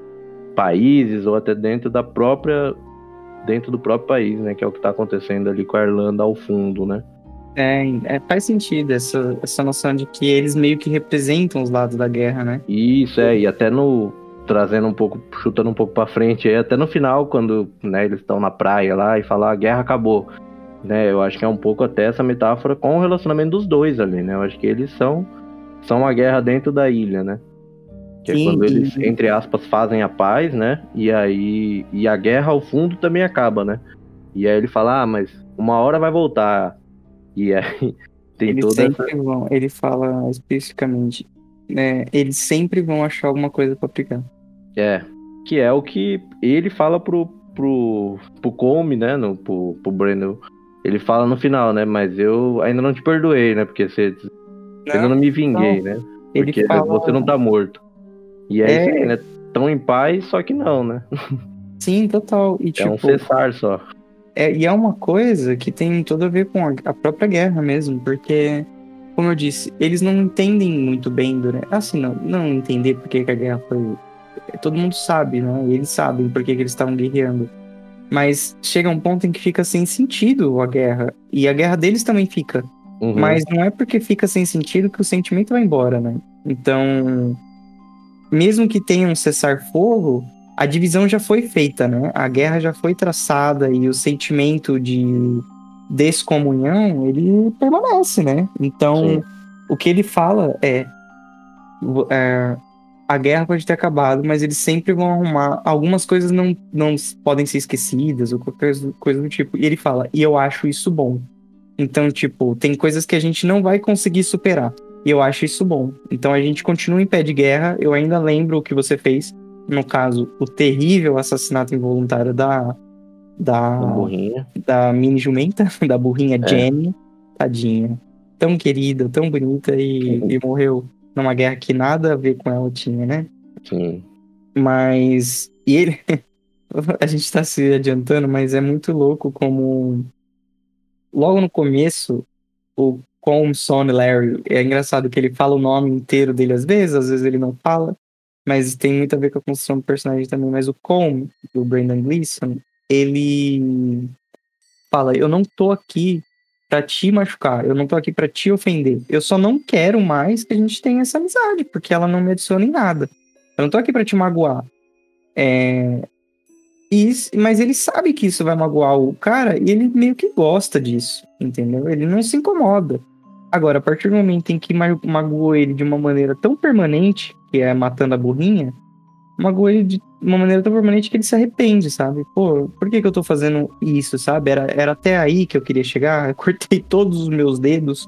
J: Países, ou até dentro da própria... dentro do próprio país, né? Que é o que está acontecendo ali com a Irlanda ao fundo, né?
I: É, é, faz sentido essa, essa noção de que eles meio que representam os lados da guerra, né?
J: Isso, é, e até no... trazendo um pouco, chutando um pouco pra frente, aí até no final, quando, né, eles estão na praia lá e falam, a guerra acabou, né, eu acho que é um pouco até essa metáfora com o relacionamento dos dois ali, né, eu acho que eles são, são a guerra dentro da ilha, né, que Sim. é quando eles, entre aspas, fazem a paz, né, e aí, e a guerra ao fundo também acaba, né, e aí ele fala, ah, mas uma hora vai voltar, e aí tem
I: eles
J: toda
I: sempre
J: essa...
I: vão, ele fala especificamente, né, eles sempre vão achar alguma coisa pra aplicar.
J: É, que é o que ele fala pro, pro, pro Come, né, no, pro, pro Brandon. Ele fala no final, né, mas eu ainda não te perdoei, né, porque você não, ainda não me vinguei, não. né, porque fala... você não tá morto. E é, é isso aí, né, tão em paz, só que não, né.
I: Sim, total. E,
J: é
I: tipo,
J: um cessar só.
I: É, e é uma coisa que tem tudo a ver com a, a própria guerra mesmo, porque, como eu disse, eles não entendem muito bem, durante, assim, não, não entender por que, que a guerra foi... Todo mundo sabe, né? Eles sabem por que, que eles estavam guerreando. Mas chega um ponto em que fica sem sentido a guerra. E a guerra deles também fica.
J: Uhum.
I: Mas não é porque fica sem sentido que o sentimento vai embora, né? Então, mesmo que tenha um cessar-fogo, a divisão já foi feita, né? A guerra já foi traçada e o sentimento de descomunhão, ele permanece, né? Então, Sim. o que ele fala é, é... a guerra pode ter acabado, mas eles sempre vão arrumar. Algumas coisas não, não podem ser esquecidas, ou qualquer coisa do tipo. E ele fala, e eu acho isso bom. Então, tipo, tem coisas que a gente não vai conseguir superar. E eu acho isso bom. Então a gente continua em pé de guerra. Eu ainda lembro o que você fez. No caso, o terrível assassinato involuntário da... Da,
J: burrinha.
I: da mini jumenta, da burrinha é. Jenny. Tadinha. Tão querida, tão bonita e, uhum. e morreu numa guerra que nada a ver com ela tinha, né?
J: Sim.
I: Mas... E ele... a gente tá se adiantando, mas é muito louco como... Logo no começo, o Colm, Son e Larry... É engraçado que ele fala o nome inteiro dele às vezes, às vezes ele não fala. Mas tem muito a ver com a construção do personagem também. Mas o Colm, do Brendan Gleeson, ele fala... Eu não tô aqui pra te machucar, eu não tô aqui pra te ofender. Eu só não quero mais que a gente tenha essa amizade, porque ela não me adiciona em nada. Eu não tô aqui pra te magoar. É... Isso, mas ele sabe que isso vai magoar o cara e ele meio que gosta disso, entendeu? Ele não se incomoda. Agora, a partir do momento em que magoou ele de uma maneira tão permanente, que é matando a burrinha, magoou ele de uma maneira tão permanente que ele se arrepende, sabe? Pô, por que que eu tô fazendo isso, sabe? Era, era até aí que eu queria chegar, eu cortei todos os meus dedos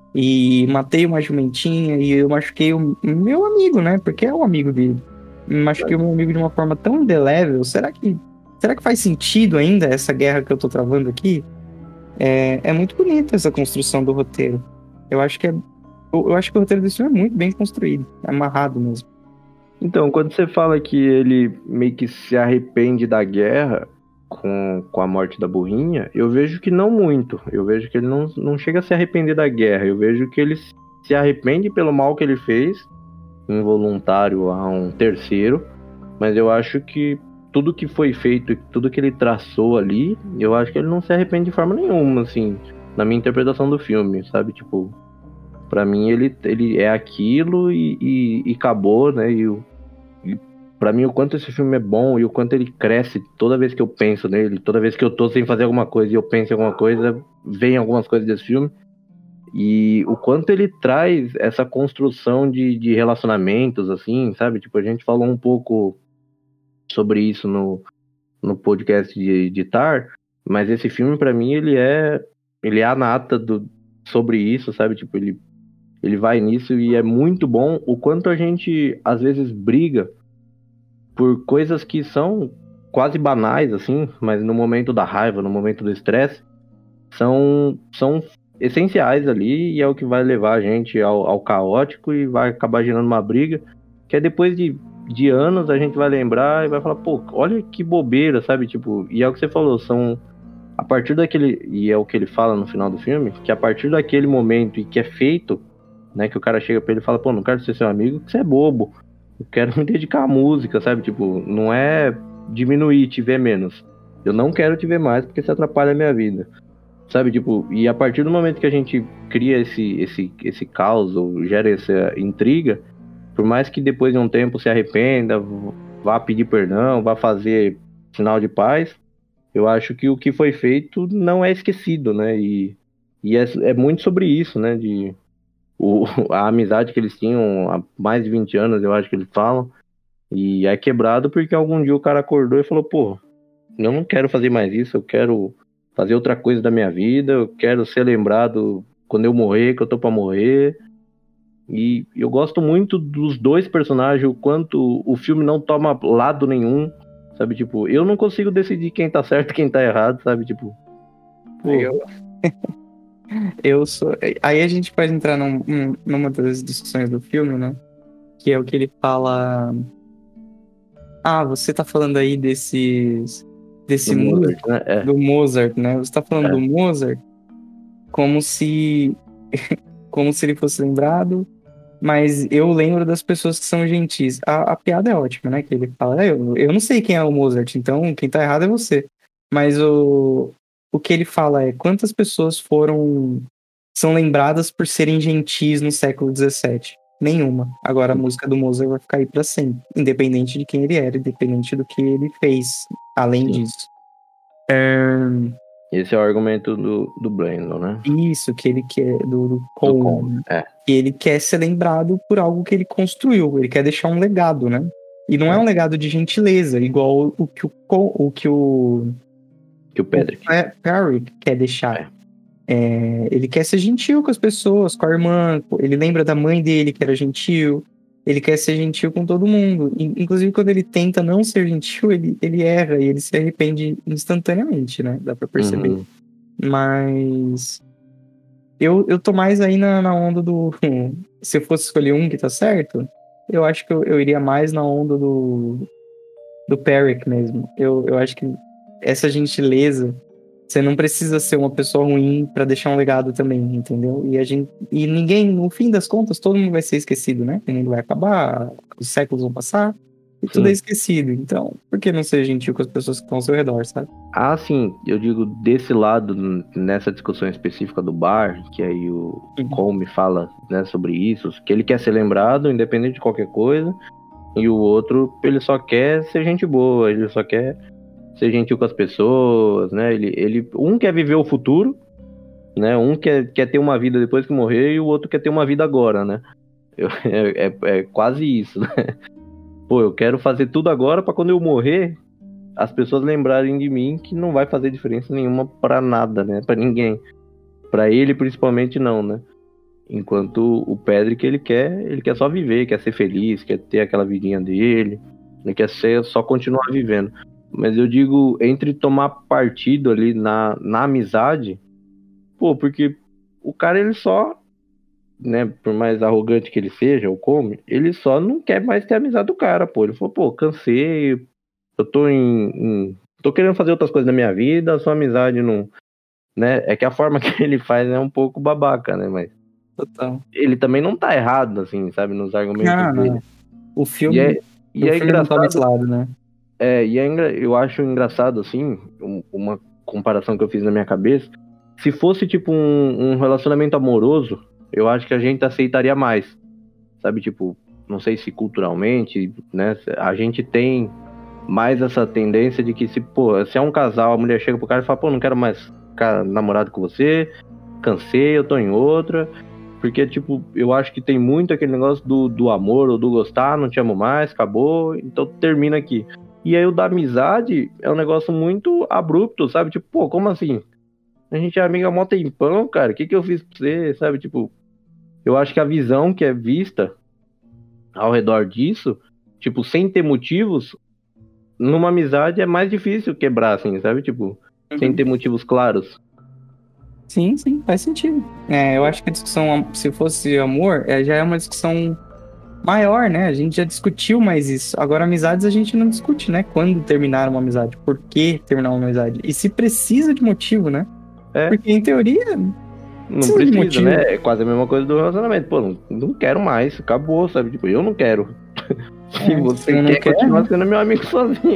I: e matei uma jumentinha e eu machuquei o meu amigo, né? Porque é um amigo dele. Machuquei o meu amigo de uma forma tão indelével. Será que Será que faz sentido ainda essa guerra que eu tô travando aqui? É, é muito bonita essa construção do roteiro. Eu acho que é, eu, eu acho que o roteiro desse filme é muito bem construído, é amarrado mesmo.
J: Então, quando você fala que ele meio que se arrepende da guerra com, com a morte da burrinha, eu vejo que não muito. Eu vejo que ele não, não chega a se arrepender da guerra. Eu vejo que ele se arrepende pelo mal que ele fez, involuntário a um terceiro, mas eu acho que tudo que foi feito, tudo que ele traçou ali, eu acho que ele não se arrepende de forma nenhuma, assim, na minha interpretação do filme, sabe? Tipo, pra mim ele, ele é aquilo e, e, e acabou, né? E, e pra mim o quanto esse filme é bom e o quanto ele cresce toda vez que eu penso nele, toda vez que eu tô sem fazer alguma coisa e eu penso em alguma coisa, vem algumas coisas desse filme. E o quanto ele traz essa construção de, de relacionamentos, assim, sabe? Tipo, a gente falou um pouco sobre isso no, no podcast de, de Tar, mas esse filme pra mim ele é ele é a nata do, sobre isso, sabe, tipo, ele, ele vai nisso e é muito bom o quanto a gente às vezes briga por coisas que são quase banais, assim, mas no momento da raiva, no momento do estresse, são, são essenciais ali e é o que vai levar a gente ao, ao caótico e vai acabar gerando uma briga, que é depois de de anos a gente vai lembrar e vai falar, pô, olha que bobeira, sabe, tipo, e é o que você falou, são, a partir daquele, e é o que ele fala no final do filme, que a partir daquele momento e que é feito, né, que o cara chega pra ele e fala, pô, não quero ser seu amigo, que você é bobo, eu quero me dedicar à música, sabe, tipo, não é diminuir, te ver menos, eu não quero te ver mais porque você atrapalha a minha vida, sabe, tipo, e a partir do momento que a gente cria esse, esse, esse caos, ou gera essa intriga, por mais que depois de um tempo se arrependa, vá pedir perdão, vá fazer sinal de paz, eu acho que o que foi feito não é esquecido, né? E, e é, é muito sobre isso, né? De, o, a amizade que eles tinham há mais de vinte anos, eu acho que eles falam, e é quebrado porque algum dia o cara acordou e falou, pô, eu não quero fazer mais isso, eu quero fazer outra coisa da minha vida, eu quero ser lembrado quando eu morrer, que eu tô pra morrer. E eu gosto muito dos dois personagens, o quanto o filme não toma lado nenhum, sabe, tipo, eu não consigo decidir quem tá certo e quem tá errado, sabe, tipo, pô.
I: Eu... eu sou... Aí a gente pode entrar num, num, numa das discussões do filme, né, que é o que ele fala, ah, você tá falando aí desses, desse
J: do
I: músico,
J: Mozart, né? É.
I: do Mozart, né, você tá falando
J: é.
I: do Mozart como se... como se ele fosse lembrado, mas eu lembro das pessoas que são gentis. A, a piada é ótima, né? Que ele fala, eu, eu não sei quem é o Mozart, então quem tá errado é você. Mas o, o que ele fala é quantas pessoas foram são lembradas por serem gentis no século dezessete? Nenhuma. Agora a música do Mozart vai ficar aí pra sempre, independente de quem ele era, independente do que ele fez, além
J: Sim.
I: disso. É...
J: Esse é o argumento do, do Brandon, né?
I: Isso, que ele quer, do, do Cole,
J: Do Cole, é.
I: que ele quer ser lembrado por algo que ele construiu, ele quer deixar um legado, né? E não é, é um legado de gentileza, igual o que o, o, que o,
J: que o Pedrick
I: o Perry quer deixar. É. É, ele quer ser gentil com as pessoas, com a irmã, ele lembra da mãe dele que era gentil, ele quer ser gentil com todo mundo. Inclusive, quando ele tenta não ser gentil, ele, ele erra e ele se arrepende instantaneamente, né? Dá pra perceber.
J: Uhum.
I: Mas eu, eu tô mais aí na, na onda do... Se eu fosse escolher um que tá certo, eu acho que eu, eu iria mais na onda do do Perrick mesmo. Eu, eu acho que essa gentileza, você não precisa ser uma pessoa ruim pra deixar um legado também, entendeu? E a gente, e ninguém, no fim das contas, todo mundo vai ser esquecido, né? O mundo vai acabar, os séculos vão passar e tudo é esquecido. Então, por que não ser gentil com as pessoas que estão ao seu redor, sabe?
J: Ah, sim, eu digo desse lado, nessa discussão específica do bar, que aí o uhum. Colm fala, né, sobre isso, que ele quer ser lembrado, independente de qualquer coisa, e o outro, ele só quer ser gente boa, ele só quer ser gentil com as pessoas, né? Ele, ele, um quer viver o futuro, né? Um quer, quer ter uma vida depois que morrer e o outro quer ter uma vida agora, né? Eu, é, é, é quase isso, né? Pô, eu quero fazer tudo agora pra quando eu morrer, as pessoas lembrarem de mim, que não vai fazer diferença nenhuma pra nada, né? Pra ninguém. Pra ele, principalmente, não, né? Enquanto o Pedrick, ele quer, ele quer só viver, quer ser feliz, quer ter aquela vidinha dele, ele quer ser, só continuar vivendo. Mas eu digo, entre tomar partido ali na, na amizade, pô, porque o cara, ele só, né, por mais arrogante que ele seja, ou como, ele só não quer mais ter amizade do cara, pô. Ele falou, pô, cansei, eu tô em, em tô querendo fazer outras coisas na minha vida, a sua amizade não, né, é que a forma que ele faz é um pouco babaca, né, mas
I: total.
J: Ele também não tá errado, assim, sabe, nos argumentos
I: não,
J: dele.
I: Não. O filme,
J: e é, e
I: o
J: é
I: filme
J: engraçado,
I: não tá lado, né?
J: É, e é engra... eu acho engraçado, assim, um, uma comparação que eu fiz na minha cabeça. Se fosse, tipo, um, um relacionamento amoroso, eu acho que a gente aceitaria mais. Sabe, tipo, não sei se culturalmente, né, a gente tem mais essa tendência de que se, pô, se é um casal, a mulher chega pro cara e fala, pô, não quero mais ficar namorado com você, cansei, eu tô em outra. Porque, tipo, eu acho que tem muito aquele negócio do, do amor ou do gostar, não te amo mais, acabou, então termina aqui. E aí o da amizade é um negócio muito abrupto, sabe? Tipo, pô, como assim? A gente é amiga há mó tempão, cara, o que que eu fiz pra você, sabe? Tipo, eu acho que a visão que é vista ao redor disso, tipo, sem ter motivos, numa amizade é mais difícil quebrar, assim, sabe? Tipo, uhum. sem ter motivos claros.
I: Sim, sim, faz sentido. É, eu acho que a discussão, se fosse amor, é, já é uma discussão maior, né? A gente já discutiu mais isso. Agora, amizades a gente não discute, né? Quando terminar uma amizade, por que terminar uma amizade. E se precisa de motivo, né?
J: É.
I: Porque, em teoria,
J: não precisa, precisa de motivo, né? É quase a mesma coisa do relacionamento. Pô, não, não quero mais, acabou, sabe? Tipo, eu não quero. Se é, você quer, não quer continuar sendo meu amigo sozinho.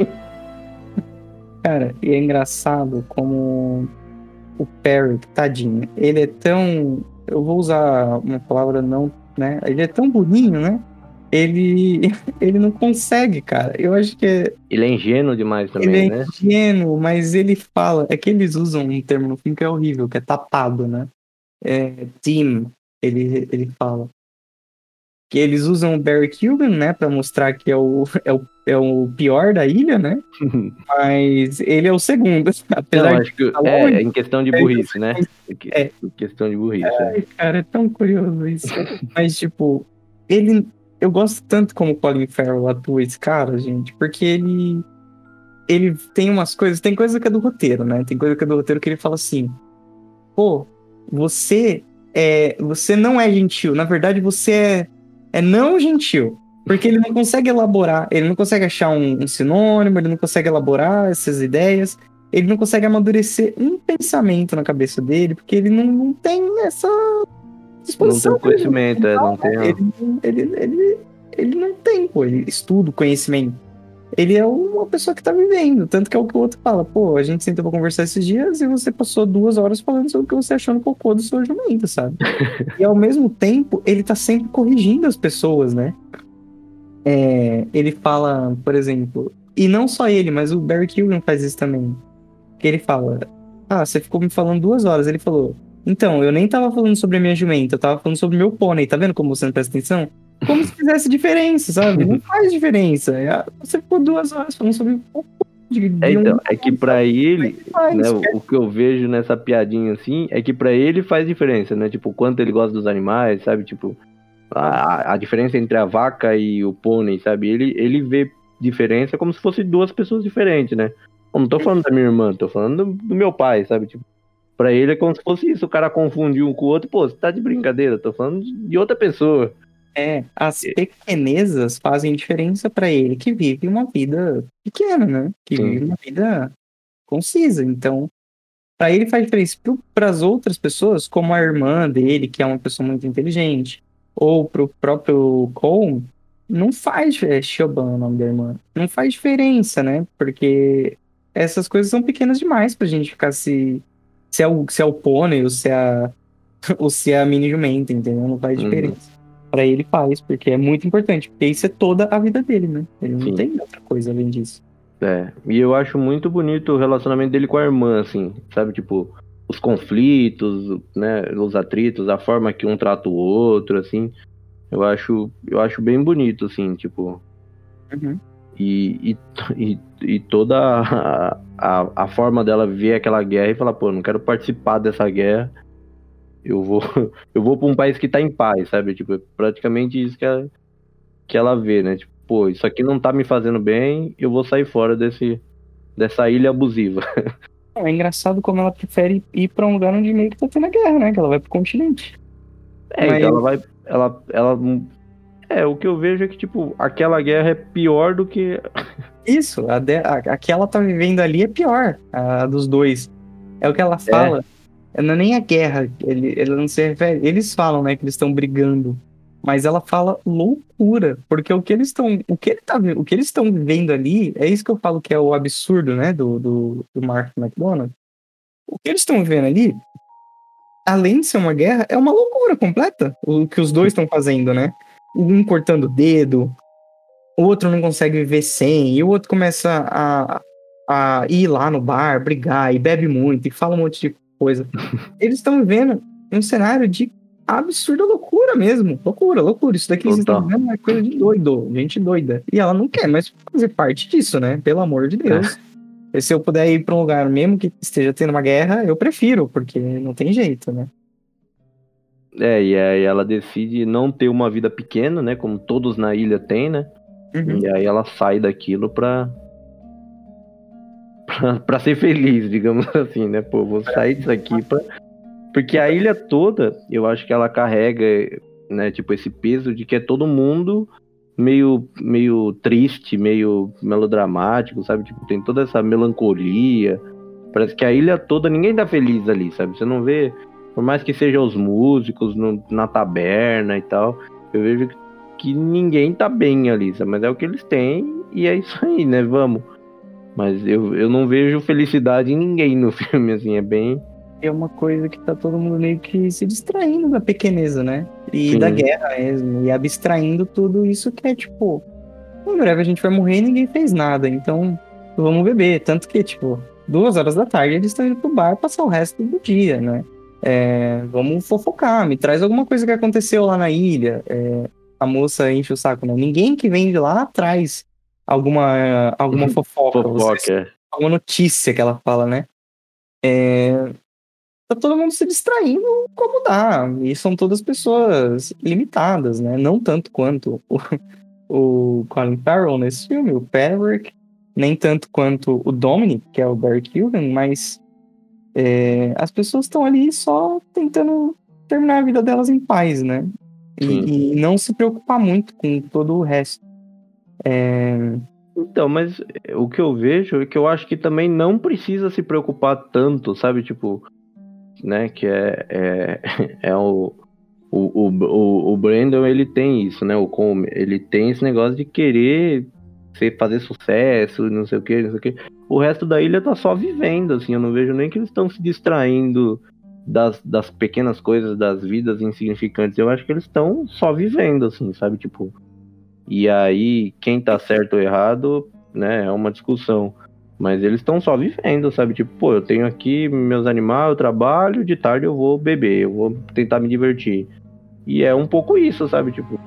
I: Cara, e é engraçado como o Perry, tadinho, ele é tão... Eu vou usar uma palavra não, né? Ele é tão burrinho, né? Ele, ele não consegue, cara. Eu acho que é...
J: Ele é ingênuo demais também,
I: ele é
J: né?
I: Ele é ingênuo, mas ele fala... É que eles usam um termo no filme que é horrível, que é tapado, né? É dim, ele, ele fala. Que eles usam o Barry Keoghan, né? Pra mostrar que é o, é o, é o pior da ilha, né? Mas ele é o segundo. Apesar
J: não, acho que
I: de...
J: é, é em questão de burrice, é, né?
I: É.
J: Em questão de burrice.
I: Ai,
J: é.
I: cara, é tão curioso isso. Mas, tipo, ele... Eu gosto tanto como o Colin Farrell atua esse cara, gente, porque ele... Ele tem umas coisas... Tem coisa que é do roteiro, né? Tem coisa que é do roteiro que ele fala assim... Pô, você... É, você não é gentil. Na verdade, você é... É não gentil. Porque ele não consegue elaborar... Ele não consegue achar um, um sinônimo, ele não consegue elaborar essas ideias... Ele não consegue amadurecer um pensamento na cabeça dele, porque ele não, não tem essa disposição.
J: Não tem conhecimento, é, não tem...
I: Ele, ele, ele, ele não tem, pô, ele estuda o conhecimento. ele é uma pessoa que tá vivendo. Tanto que é o que o outro fala. Pô, a gente sentou pra conversar esses dias e você passou duas horas falando sobre o que você achou no cocô do seu jumento, sabe? E ao mesmo tempo, ele tá sempre corrigindo as pessoas, né? É, ele fala, por exemplo... E não só ele, mas o Barry Keoghan faz isso também. Que ele fala... Ah, você ficou me falando duas horas. Ele falou... Então, eu nem tava falando sobre a minha jumenta, eu tava falando sobre o meu pônei. Tá vendo como você não presta atenção? Como se fizesse diferença, sabe? Não faz diferença. Você ficou duas horas falando sobre o de, de
J: é, então,
I: um...
J: é que pra ele, né, o, o que eu vejo nessa piadinha assim, é que pra ele faz diferença, né? Tipo, o quanto ele gosta dos animais, sabe? Tipo, a, a diferença entre a vaca e o pônei, sabe? Ele, ele vê diferença como se fosse duas pessoas diferentes, né? Eu não tô falando da minha irmã, tô falando do, do meu pai, sabe? Tipo, pra ele é como se fosse isso, o cara confundiu um com o outro, pô, você tá de brincadeira, tô falando de outra pessoa.
I: É, as pequenezas fazem diferença pra ele, que vive uma vida pequena, né? Que
J: Sim.
I: vive uma vida concisa. Então, pra ele faz diferença. Para as outras pessoas, como a irmã dele, que é uma pessoa muito inteligente, ou pro próprio Cole, não faz, é Siobhan o nome da irmã, não faz diferença, né? Porque essas coisas são pequenas demais pra gente ficar se... Se é o, se é o pônei ou se é a, ou se é a mini jumenta, entendeu? Não faz diferença. Uhum. Pra ele faz, porque é muito importante. Porque isso é toda a vida dele, né? Ele não Sim. tem outra coisa além disso.
J: É, e eu acho muito bonito o relacionamento dele com a irmã, assim, sabe? Tipo, os conflitos, né? Os atritos, a forma que um trata o outro, assim. Eu acho, eu acho bem bonito, assim, tipo...
I: Uhum.
J: E, e, e, e toda a, a, a forma dela ver aquela guerra e falar, pô, não quero participar dessa guerra. Eu vou, eu vou pra um país que tá em paz, sabe? Tipo, é praticamente isso que ela, que ela vê, né? Tipo, pô, isso aqui não tá me fazendo bem, eu vou sair fora desse, dessa ilha abusiva.
I: É engraçado como ela prefere ir pra um lugar onde meio que tá tendo a guerra, né? Que ela vai pro continente.
J: É, Mas... então ela vai... Ela, ela... É, o que eu vejo é que, tipo, aquela guerra é pior do que...
I: Isso, a, de... a, a que ela tá vivendo ali é pior, a dos dois. É o que ela fala. É. Não é nem a guerra, ele, ele não se refere... Eles falam, né, que eles estão brigando. Mas ela fala loucura, porque o que eles estão... O que ele tá, o que eles estão vivendo ali, é isso que eu falo que é o absurdo, né, do, do, do Mark McDonagh. O que eles estão vivendo ali, além de ser uma guerra, é uma loucura completa, o que os dois estão fazendo, né? Um cortando o dedo, o outro não consegue viver sem, e o outro começa a, a ir lá no bar, brigar, e bebe muito, e fala um monte de coisa. Eles estão vivendo um cenário de absurda loucura mesmo. Loucura, loucura. Isso daqui vocês estão vendo é coisa de doido, gente doida. E ela não quer mais fazer parte disso, né? Pelo amor de Deus. É. Se eu puder ir pra um lugar mesmo que esteja tendo uma guerra, eu prefiro, porque não tem jeito, né?
J: É, e aí ela decide não ter uma vida pequena, né? Como todos na ilha têm, né? Uhum. E aí ela sai daquilo pra... pra... pra ser feliz, digamos assim, né? Pô, vou sair disso aqui pra... Porque a ilha toda, eu acho que ela carrega, né? Tipo, esse peso de que é todo mundo meio, meio triste, meio melodramático, sabe? Tipo, tem toda essa melancolia. Parece que a ilha toda, ninguém tá feliz ali, sabe? Você não vê... Por mais que sejam os músicos no, na taberna e tal, eu vejo que, que ninguém tá bem ali, sabe? Mas é o que eles têm e é isso aí, né? Vamos. Mas eu, eu não vejo felicidade em ninguém no filme, assim, é bem...
I: É uma coisa que tá todo mundo meio que se distraindo da pequeneza, né? E
J: Sim.
I: da guerra mesmo, e abstraindo tudo isso que é tipo... Em breve a gente vai morrer e ninguém fez nada, então vamos beber. Tanto que, tipo, duas horas da tarde eles estão indo pro bar passar o resto do dia, né? É, vamos fofocar, me traz alguma coisa que aconteceu lá na ilha. É, a moça enche o saco, né? Ninguém que vem de lá traz alguma, alguma fofoca,
J: fofoca.
I: alguma notícia que ela fala, né? É, tá todo mundo se distraindo como dá, e são todas pessoas limitadas, né? Não tanto quanto o, o Colin Farrell nesse filme, o Patrick, nem tanto quanto o Dominic, que é o Barry Keoghan, mas É, as pessoas estão ali só tentando terminar a vida delas em paz, né? E, e não se preocupar muito com todo o resto. É...
J: Então, mas o que eu vejo é que eu acho que também não precisa se preocupar tanto, sabe? Tipo, né? Que é, é, é o, o, o, o Brandon, ele tem isso, né? O Come, ele tem esse negócio de querer você fazer sucesso, não sei o que, não sei o que. O resto da ilha tá só vivendo, assim, eu não vejo nem que eles estão se distraindo das, das pequenas coisas, das vidas insignificantes. Eu acho que eles estão só vivendo, assim, sabe, tipo... E aí, quem tá certo ou errado, né, é uma discussão. Mas eles estão só vivendo, sabe? Tipo, pô, eu tenho aqui meus animais, eu trabalho, de tarde eu vou beber, eu vou tentar me divertir. E é um pouco isso, sabe? Tipo,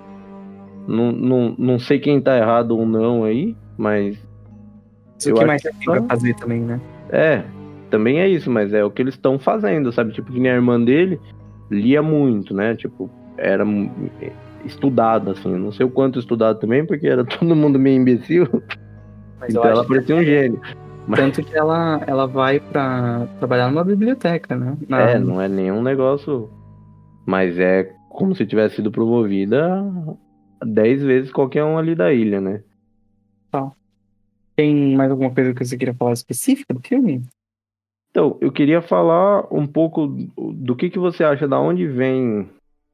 J: não, não, não sei quem tá errado ou não aí, mas...
I: Isso que mais tem pra fazer também, né?
J: É, também é isso, mas é o que eles estão fazendo, sabe? Tipo, que nem a irmã dele lia muito, né? Tipo, era estudado, assim. Não sei o quanto estudado também, porque era todo mundo meio imbecil. Mas então ela parecia um gênio. Mas...
I: Tanto que ela, ela vai pra trabalhar numa biblioteca, né? Na...
J: É, não é nenhum negócio... Mas é como se tivesse sido promovida dez vezes qualquer um ali da ilha, né?
I: Tá. Tem mais alguma coisa que você queria falar específica do filme?
J: Então, eu queria falar um pouco do que, que você acha, da onde vem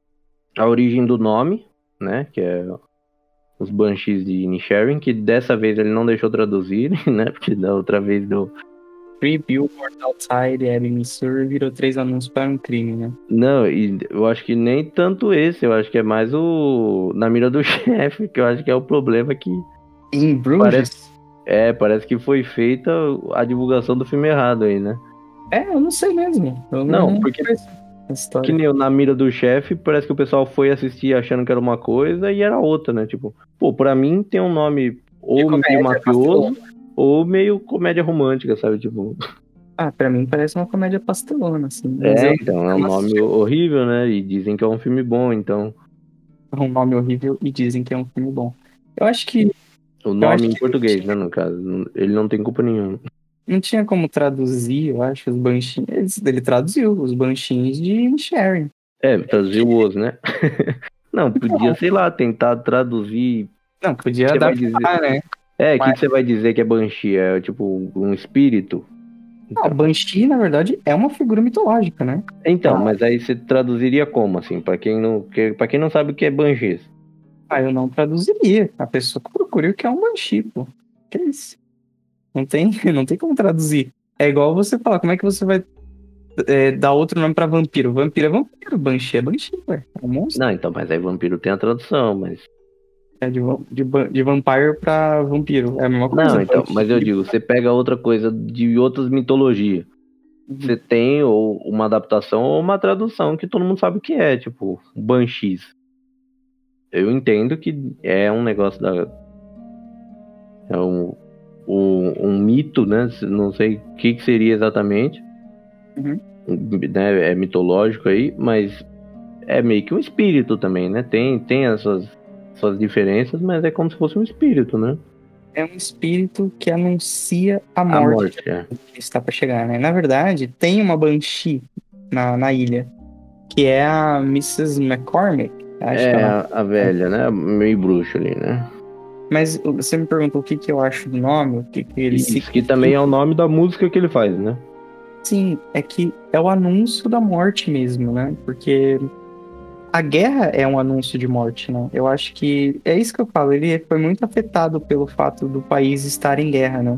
J: a origem do nome, né? Que é... Os Banshees de Inisherin, que dessa vez ele não deixou traduzir, né? Porque da outra vez deu...
I: Three Billboards Outside Ebbing, Missouri virou três anúncios para um crime, né?
J: Não, e eu acho que nem tanto esse, eu acho que é mais o... Na mira do chefe, que eu acho que é o problema que...
I: Em Bruges?
J: Parece... É, parece que foi feita a divulgação do filme errado aí, né?
I: É, eu não sei mesmo. Eu
J: não,
I: não
J: porque... Que nem eu, na mira do chefe, parece que o pessoal foi assistir achando que era uma coisa e era outra, né? Tipo, pô, pra mim tem um nome ou meio mafioso ou meio comédia romântica, sabe? Tipo...
I: Ah, pra mim parece uma comédia pastelona, assim.
J: É, eu... então, é um nome horrível, né? E dizem que é um filme bom, então...
I: É um nome horrível e dizem que é um filme bom. Eu acho que...
J: O nome em português, que... né, no caso. Ele não tem culpa nenhuma.
I: Não tinha como traduzir, eu acho, os Banshees. Ele, ele traduziu os Banshees de Inisherin.
J: É, traduziu os, né? Não, podia, não. sei lá, tentar traduzir.
I: Não, podia adaptar, dizer...
J: né? É, o Mas... que, que você vai dizer que é Banshee? É tipo um espírito?
I: Então... Não, Banshee, na verdade, é uma figura mitológica, né?
J: Então, ah. mas aí você traduziria como, assim? Pra quem não, que, pra quem não sabe o que é Banshees?
I: Ah, eu não traduziria. A pessoa que procura o que é um Banshee, pô. Que é isso? Não tem, não tem como traduzir. É igual você falar, como é que você vai é, dar outro nome pra vampiro? Vampiro é vampiro, Banshee é Banshee, ué. É um monstro.
J: Não, então, mas aí vampiro tem a tradução, mas...
I: É de, de, de vampire pra vampiro, é a mesma coisa.
J: Não, então, Banshee. Mas eu digo, você pega outra coisa de outras mitologias. Uhum. Você tem ou uma adaptação ou uma tradução que todo mundo sabe o que é, tipo, Banshees. Eu entendo que é um negócio da... É um... Um, um mito, né? Não sei o que, que seria exatamente.
I: Uhum.
J: Né? É mitológico aí, mas é meio que um espírito também, né? Tem, tem as suas, suas diferenças, mas é como se fosse um espírito, né?
I: É um espírito que anuncia a morte,
J: a morte é.
I: que está para chegar, né? Na verdade, tem uma Banshee na, na ilha, que é a missus McCormick. Acho
J: é
I: que ela...
J: a velha, né? Meio bruxa ali, né?
I: Mas você me perguntou o que, que eu acho do nome, o que, que ele
J: Isso,
I: se...
J: que também é o nome da música que ele faz, né?
I: Sim, é que é o anúncio da morte mesmo, né? Porque a guerra é um anúncio de morte, né? Eu acho que é isso que eu falo, ele foi muito afetado pelo fato do país estar em guerra, né?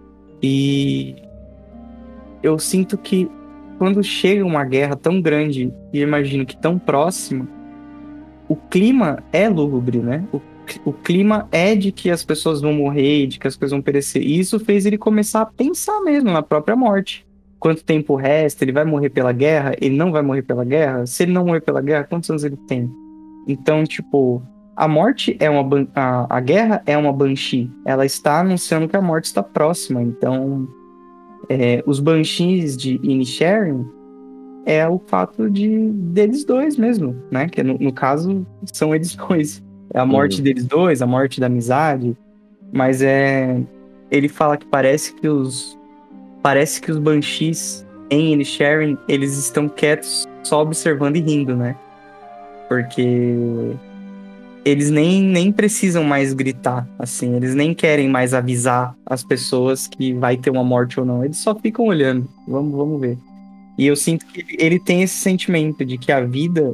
I: E eu sinto que quando chega uma guerra tão grande, e eu imagino que tão próxima, o clima é lúgubre, né? O O clima é de que as pessoas vão morrer, de que as coisas vão perecer. E isso fez ele começar a pensar mesmo na própria morte. Quanto tempo resta? Ele vai morrer pela guerra? Ele não vai morrer pela guerra? Se ele não morrer pela guerra, quantos anos ele tem? Então, tipo, a morte é uma... Ban- a, a guerra é uma Banshee. Ela está anunciando que a morte está próxima. Então, é, os Banshees de Inisherin é o fato de deles dois mesmo, né? Que no, no caso, são eles dois. É a morte uhum. deles dois, a morte da amizade. Mas é... Ele fala que parece que os... Parece que os Banshees em Inisherin, eles estão quietos, só observando e rindo, né? Porque... Eles nem, nem precisam mais gritar, assim. Eles nem querem mais avisar as pessoas que vai ter uma morte ou não. Eles só ficam olhando. Vamos, vamos ver. E eu sinto que ele tem esse sentimento de que a vida...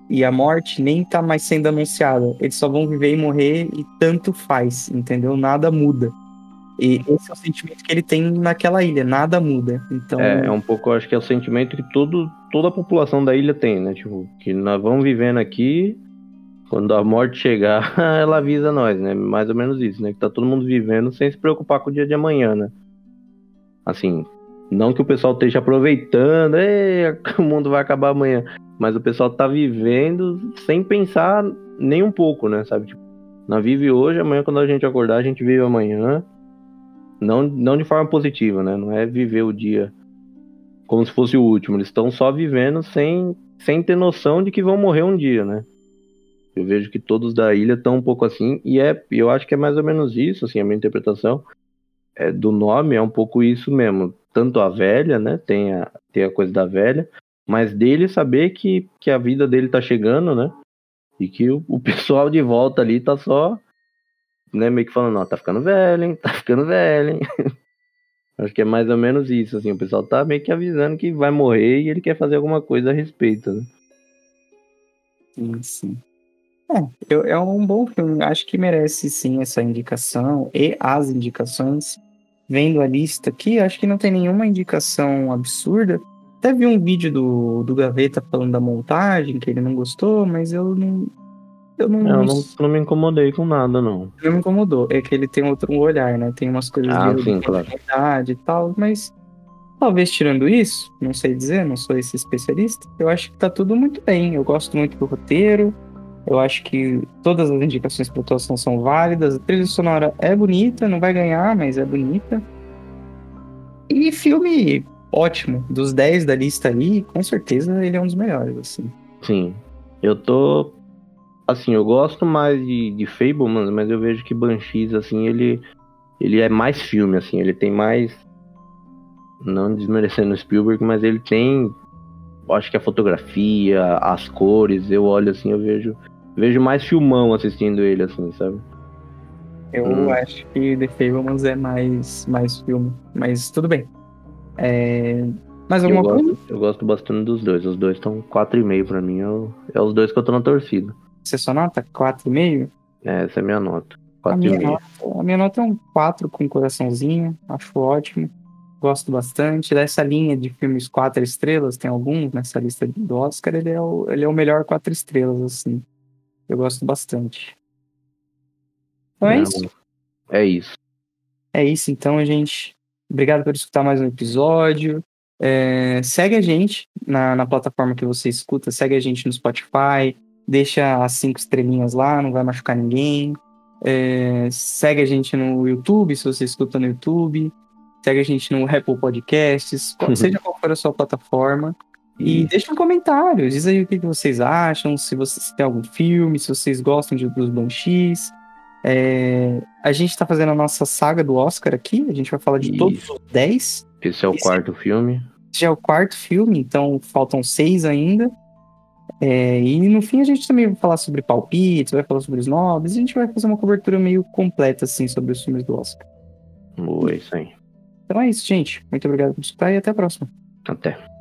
I: e a morte nem tá mais sendo anunciada. Eles só vão viver e morrer e tanto faz, entendeu? Nada muda. E esse é o sentimento que ele tem naquela ilha, nada muda. Então...
J: É, é um pouco, eu acho que é o sentimento que todo, toda a população da ilha tem, né? Tipo, que nós vamos vivendo aqui, quando a morte chegar, ela avisa nós, né? Mais ou menos isso, né? Que tá todo mundo vivendo sem se preocupar com o dia de amanhã, né? Assim, não que o pessoal esteja aproveitando, o mundo vai acabar amanhã, mas o pessoal tá vivendo sem pensar nem um pouco, né? Sabe? Tipo, nós vive hoje, amanhã quando a gente acordar, a gente vive amanhã. Não, não de forma positiva, né? Não é viver o dia como se fosse o último. Eles estão só vivendo sem, sem ter noção de que vão morrer um dia, né? Eu vejo que todos da ilha estão um pouco assim. E é, eu acho que é mais ou menos isso, assim, a minha interpretação é, do nome é um pouco isso mesmo. Tanto a velha, né? Tem a, tem a coisa da velha. Mas dele saber que, que a vida dele tá chegando, né? E que o, o pessoal de volta ali tá só... Né, meio que falando, ó, tá ficando velho, hein? Tá ficando velho, hein? Acho que é mais ou menos isso, assim. O pessoal tá meio que avisando que vai morrer e ele quer fazer alguma coisa a respeito, né?
I: Sim, sim. É, eu, é um bom filme. Acho que merece, sim, essa indicação e as indicações. Vendo a lista aqui, acho que não tem nenhuma indicação absurda. Até vi um vídeo do, do Gaveta falando da montagem, que ele não gostou, mas eu não... Eu não,
J: eu não, não me incomodei com nada, não.
I: Não me incomodou. É que ele tem outro olhar, né? Tem umas coisas
J: ah,
I: de
J: sim, claro.
I: e tal, mas talvez tirando isso, não sei dizer, não sou esse especialista, eu acho que tá tudo muito bem. Eu gosto muito do roteiro, eu acho que todas as indicações para atuação são válidas, a trilha sonora é bonita, não vai ganhar, mas é bonita. E filme ótimo, dos dez da lista aí, com certeza ele é um dos melhores, assim.
J: Sim, eu tô... Assim, eu gosto mais de, de Fabelmans, mas eu vejo que Banshees, assim, ele, ele é mais filme, assim, ele tem mais, não desmerecendo o Spielberg, mas ele tem, acho que a fotografia, as cores, eu olho assim, eu vejo, vejo mais filmão assistindo ele, assim, sabe?
I: Eu hum. acho que The Fabelmans é mais, mais filme, mas tudo bem. É... Mais alguma
J: eu
I: coisa?
J: Gosto, eu gosto bastante dos dois, os dois estão quatro e meio pra mim, eu, é os dois que eu tô na torcida.
I: Você só nota quatro e meio?
J: É, essa é a minha nota.
I: A minha nota, a minha nota é um quatro com coraçãozinho. Acho ótimo. Gosto bastante. Dessa linha de filmes quatro estrelas, tem alguns nessa lista do Oscar, ele é o, ele é o melhor quatro estrelas, assim. Eu gosto bastante. Então é
J: Não,
I: isso.
J: É isso.
I: É isso, então, gente. Obrigado por escutar mais um episódio. É, segue a gente na, na plataforma que você escuta. Segue a gente no Spotify. Deixa as cinco estrelinhas lá, não vai machucar ninguém. É, segue a gente no YouTube, se você escuta no YouTube. Segue a gente no Apple Podcasts, qual, seja qual for a sua plataforma. E deixa um comentário, diz aí o que vocês acham, se vocês têm algum filme, se vocês gostam de, dos Banshees. É, a gente tá fazendo a nossa saga do Oscar aqui, a gente vai falar de Isso. todos os dez.
J: Esse é o Esse quarto filme.
I: Esse já é o quarto filme, então faltam seis ainda. É, e no fim a gente também vai falar sobre palpites, vai falar sobre os nobres, a gente vai fazer uma cobertura meio completa assim sobre os filmes do Oscar.
J: Boa, isso aí.
I: Então é isso, gente. Muito obrigado por escutar e até a próxima.
J: Até.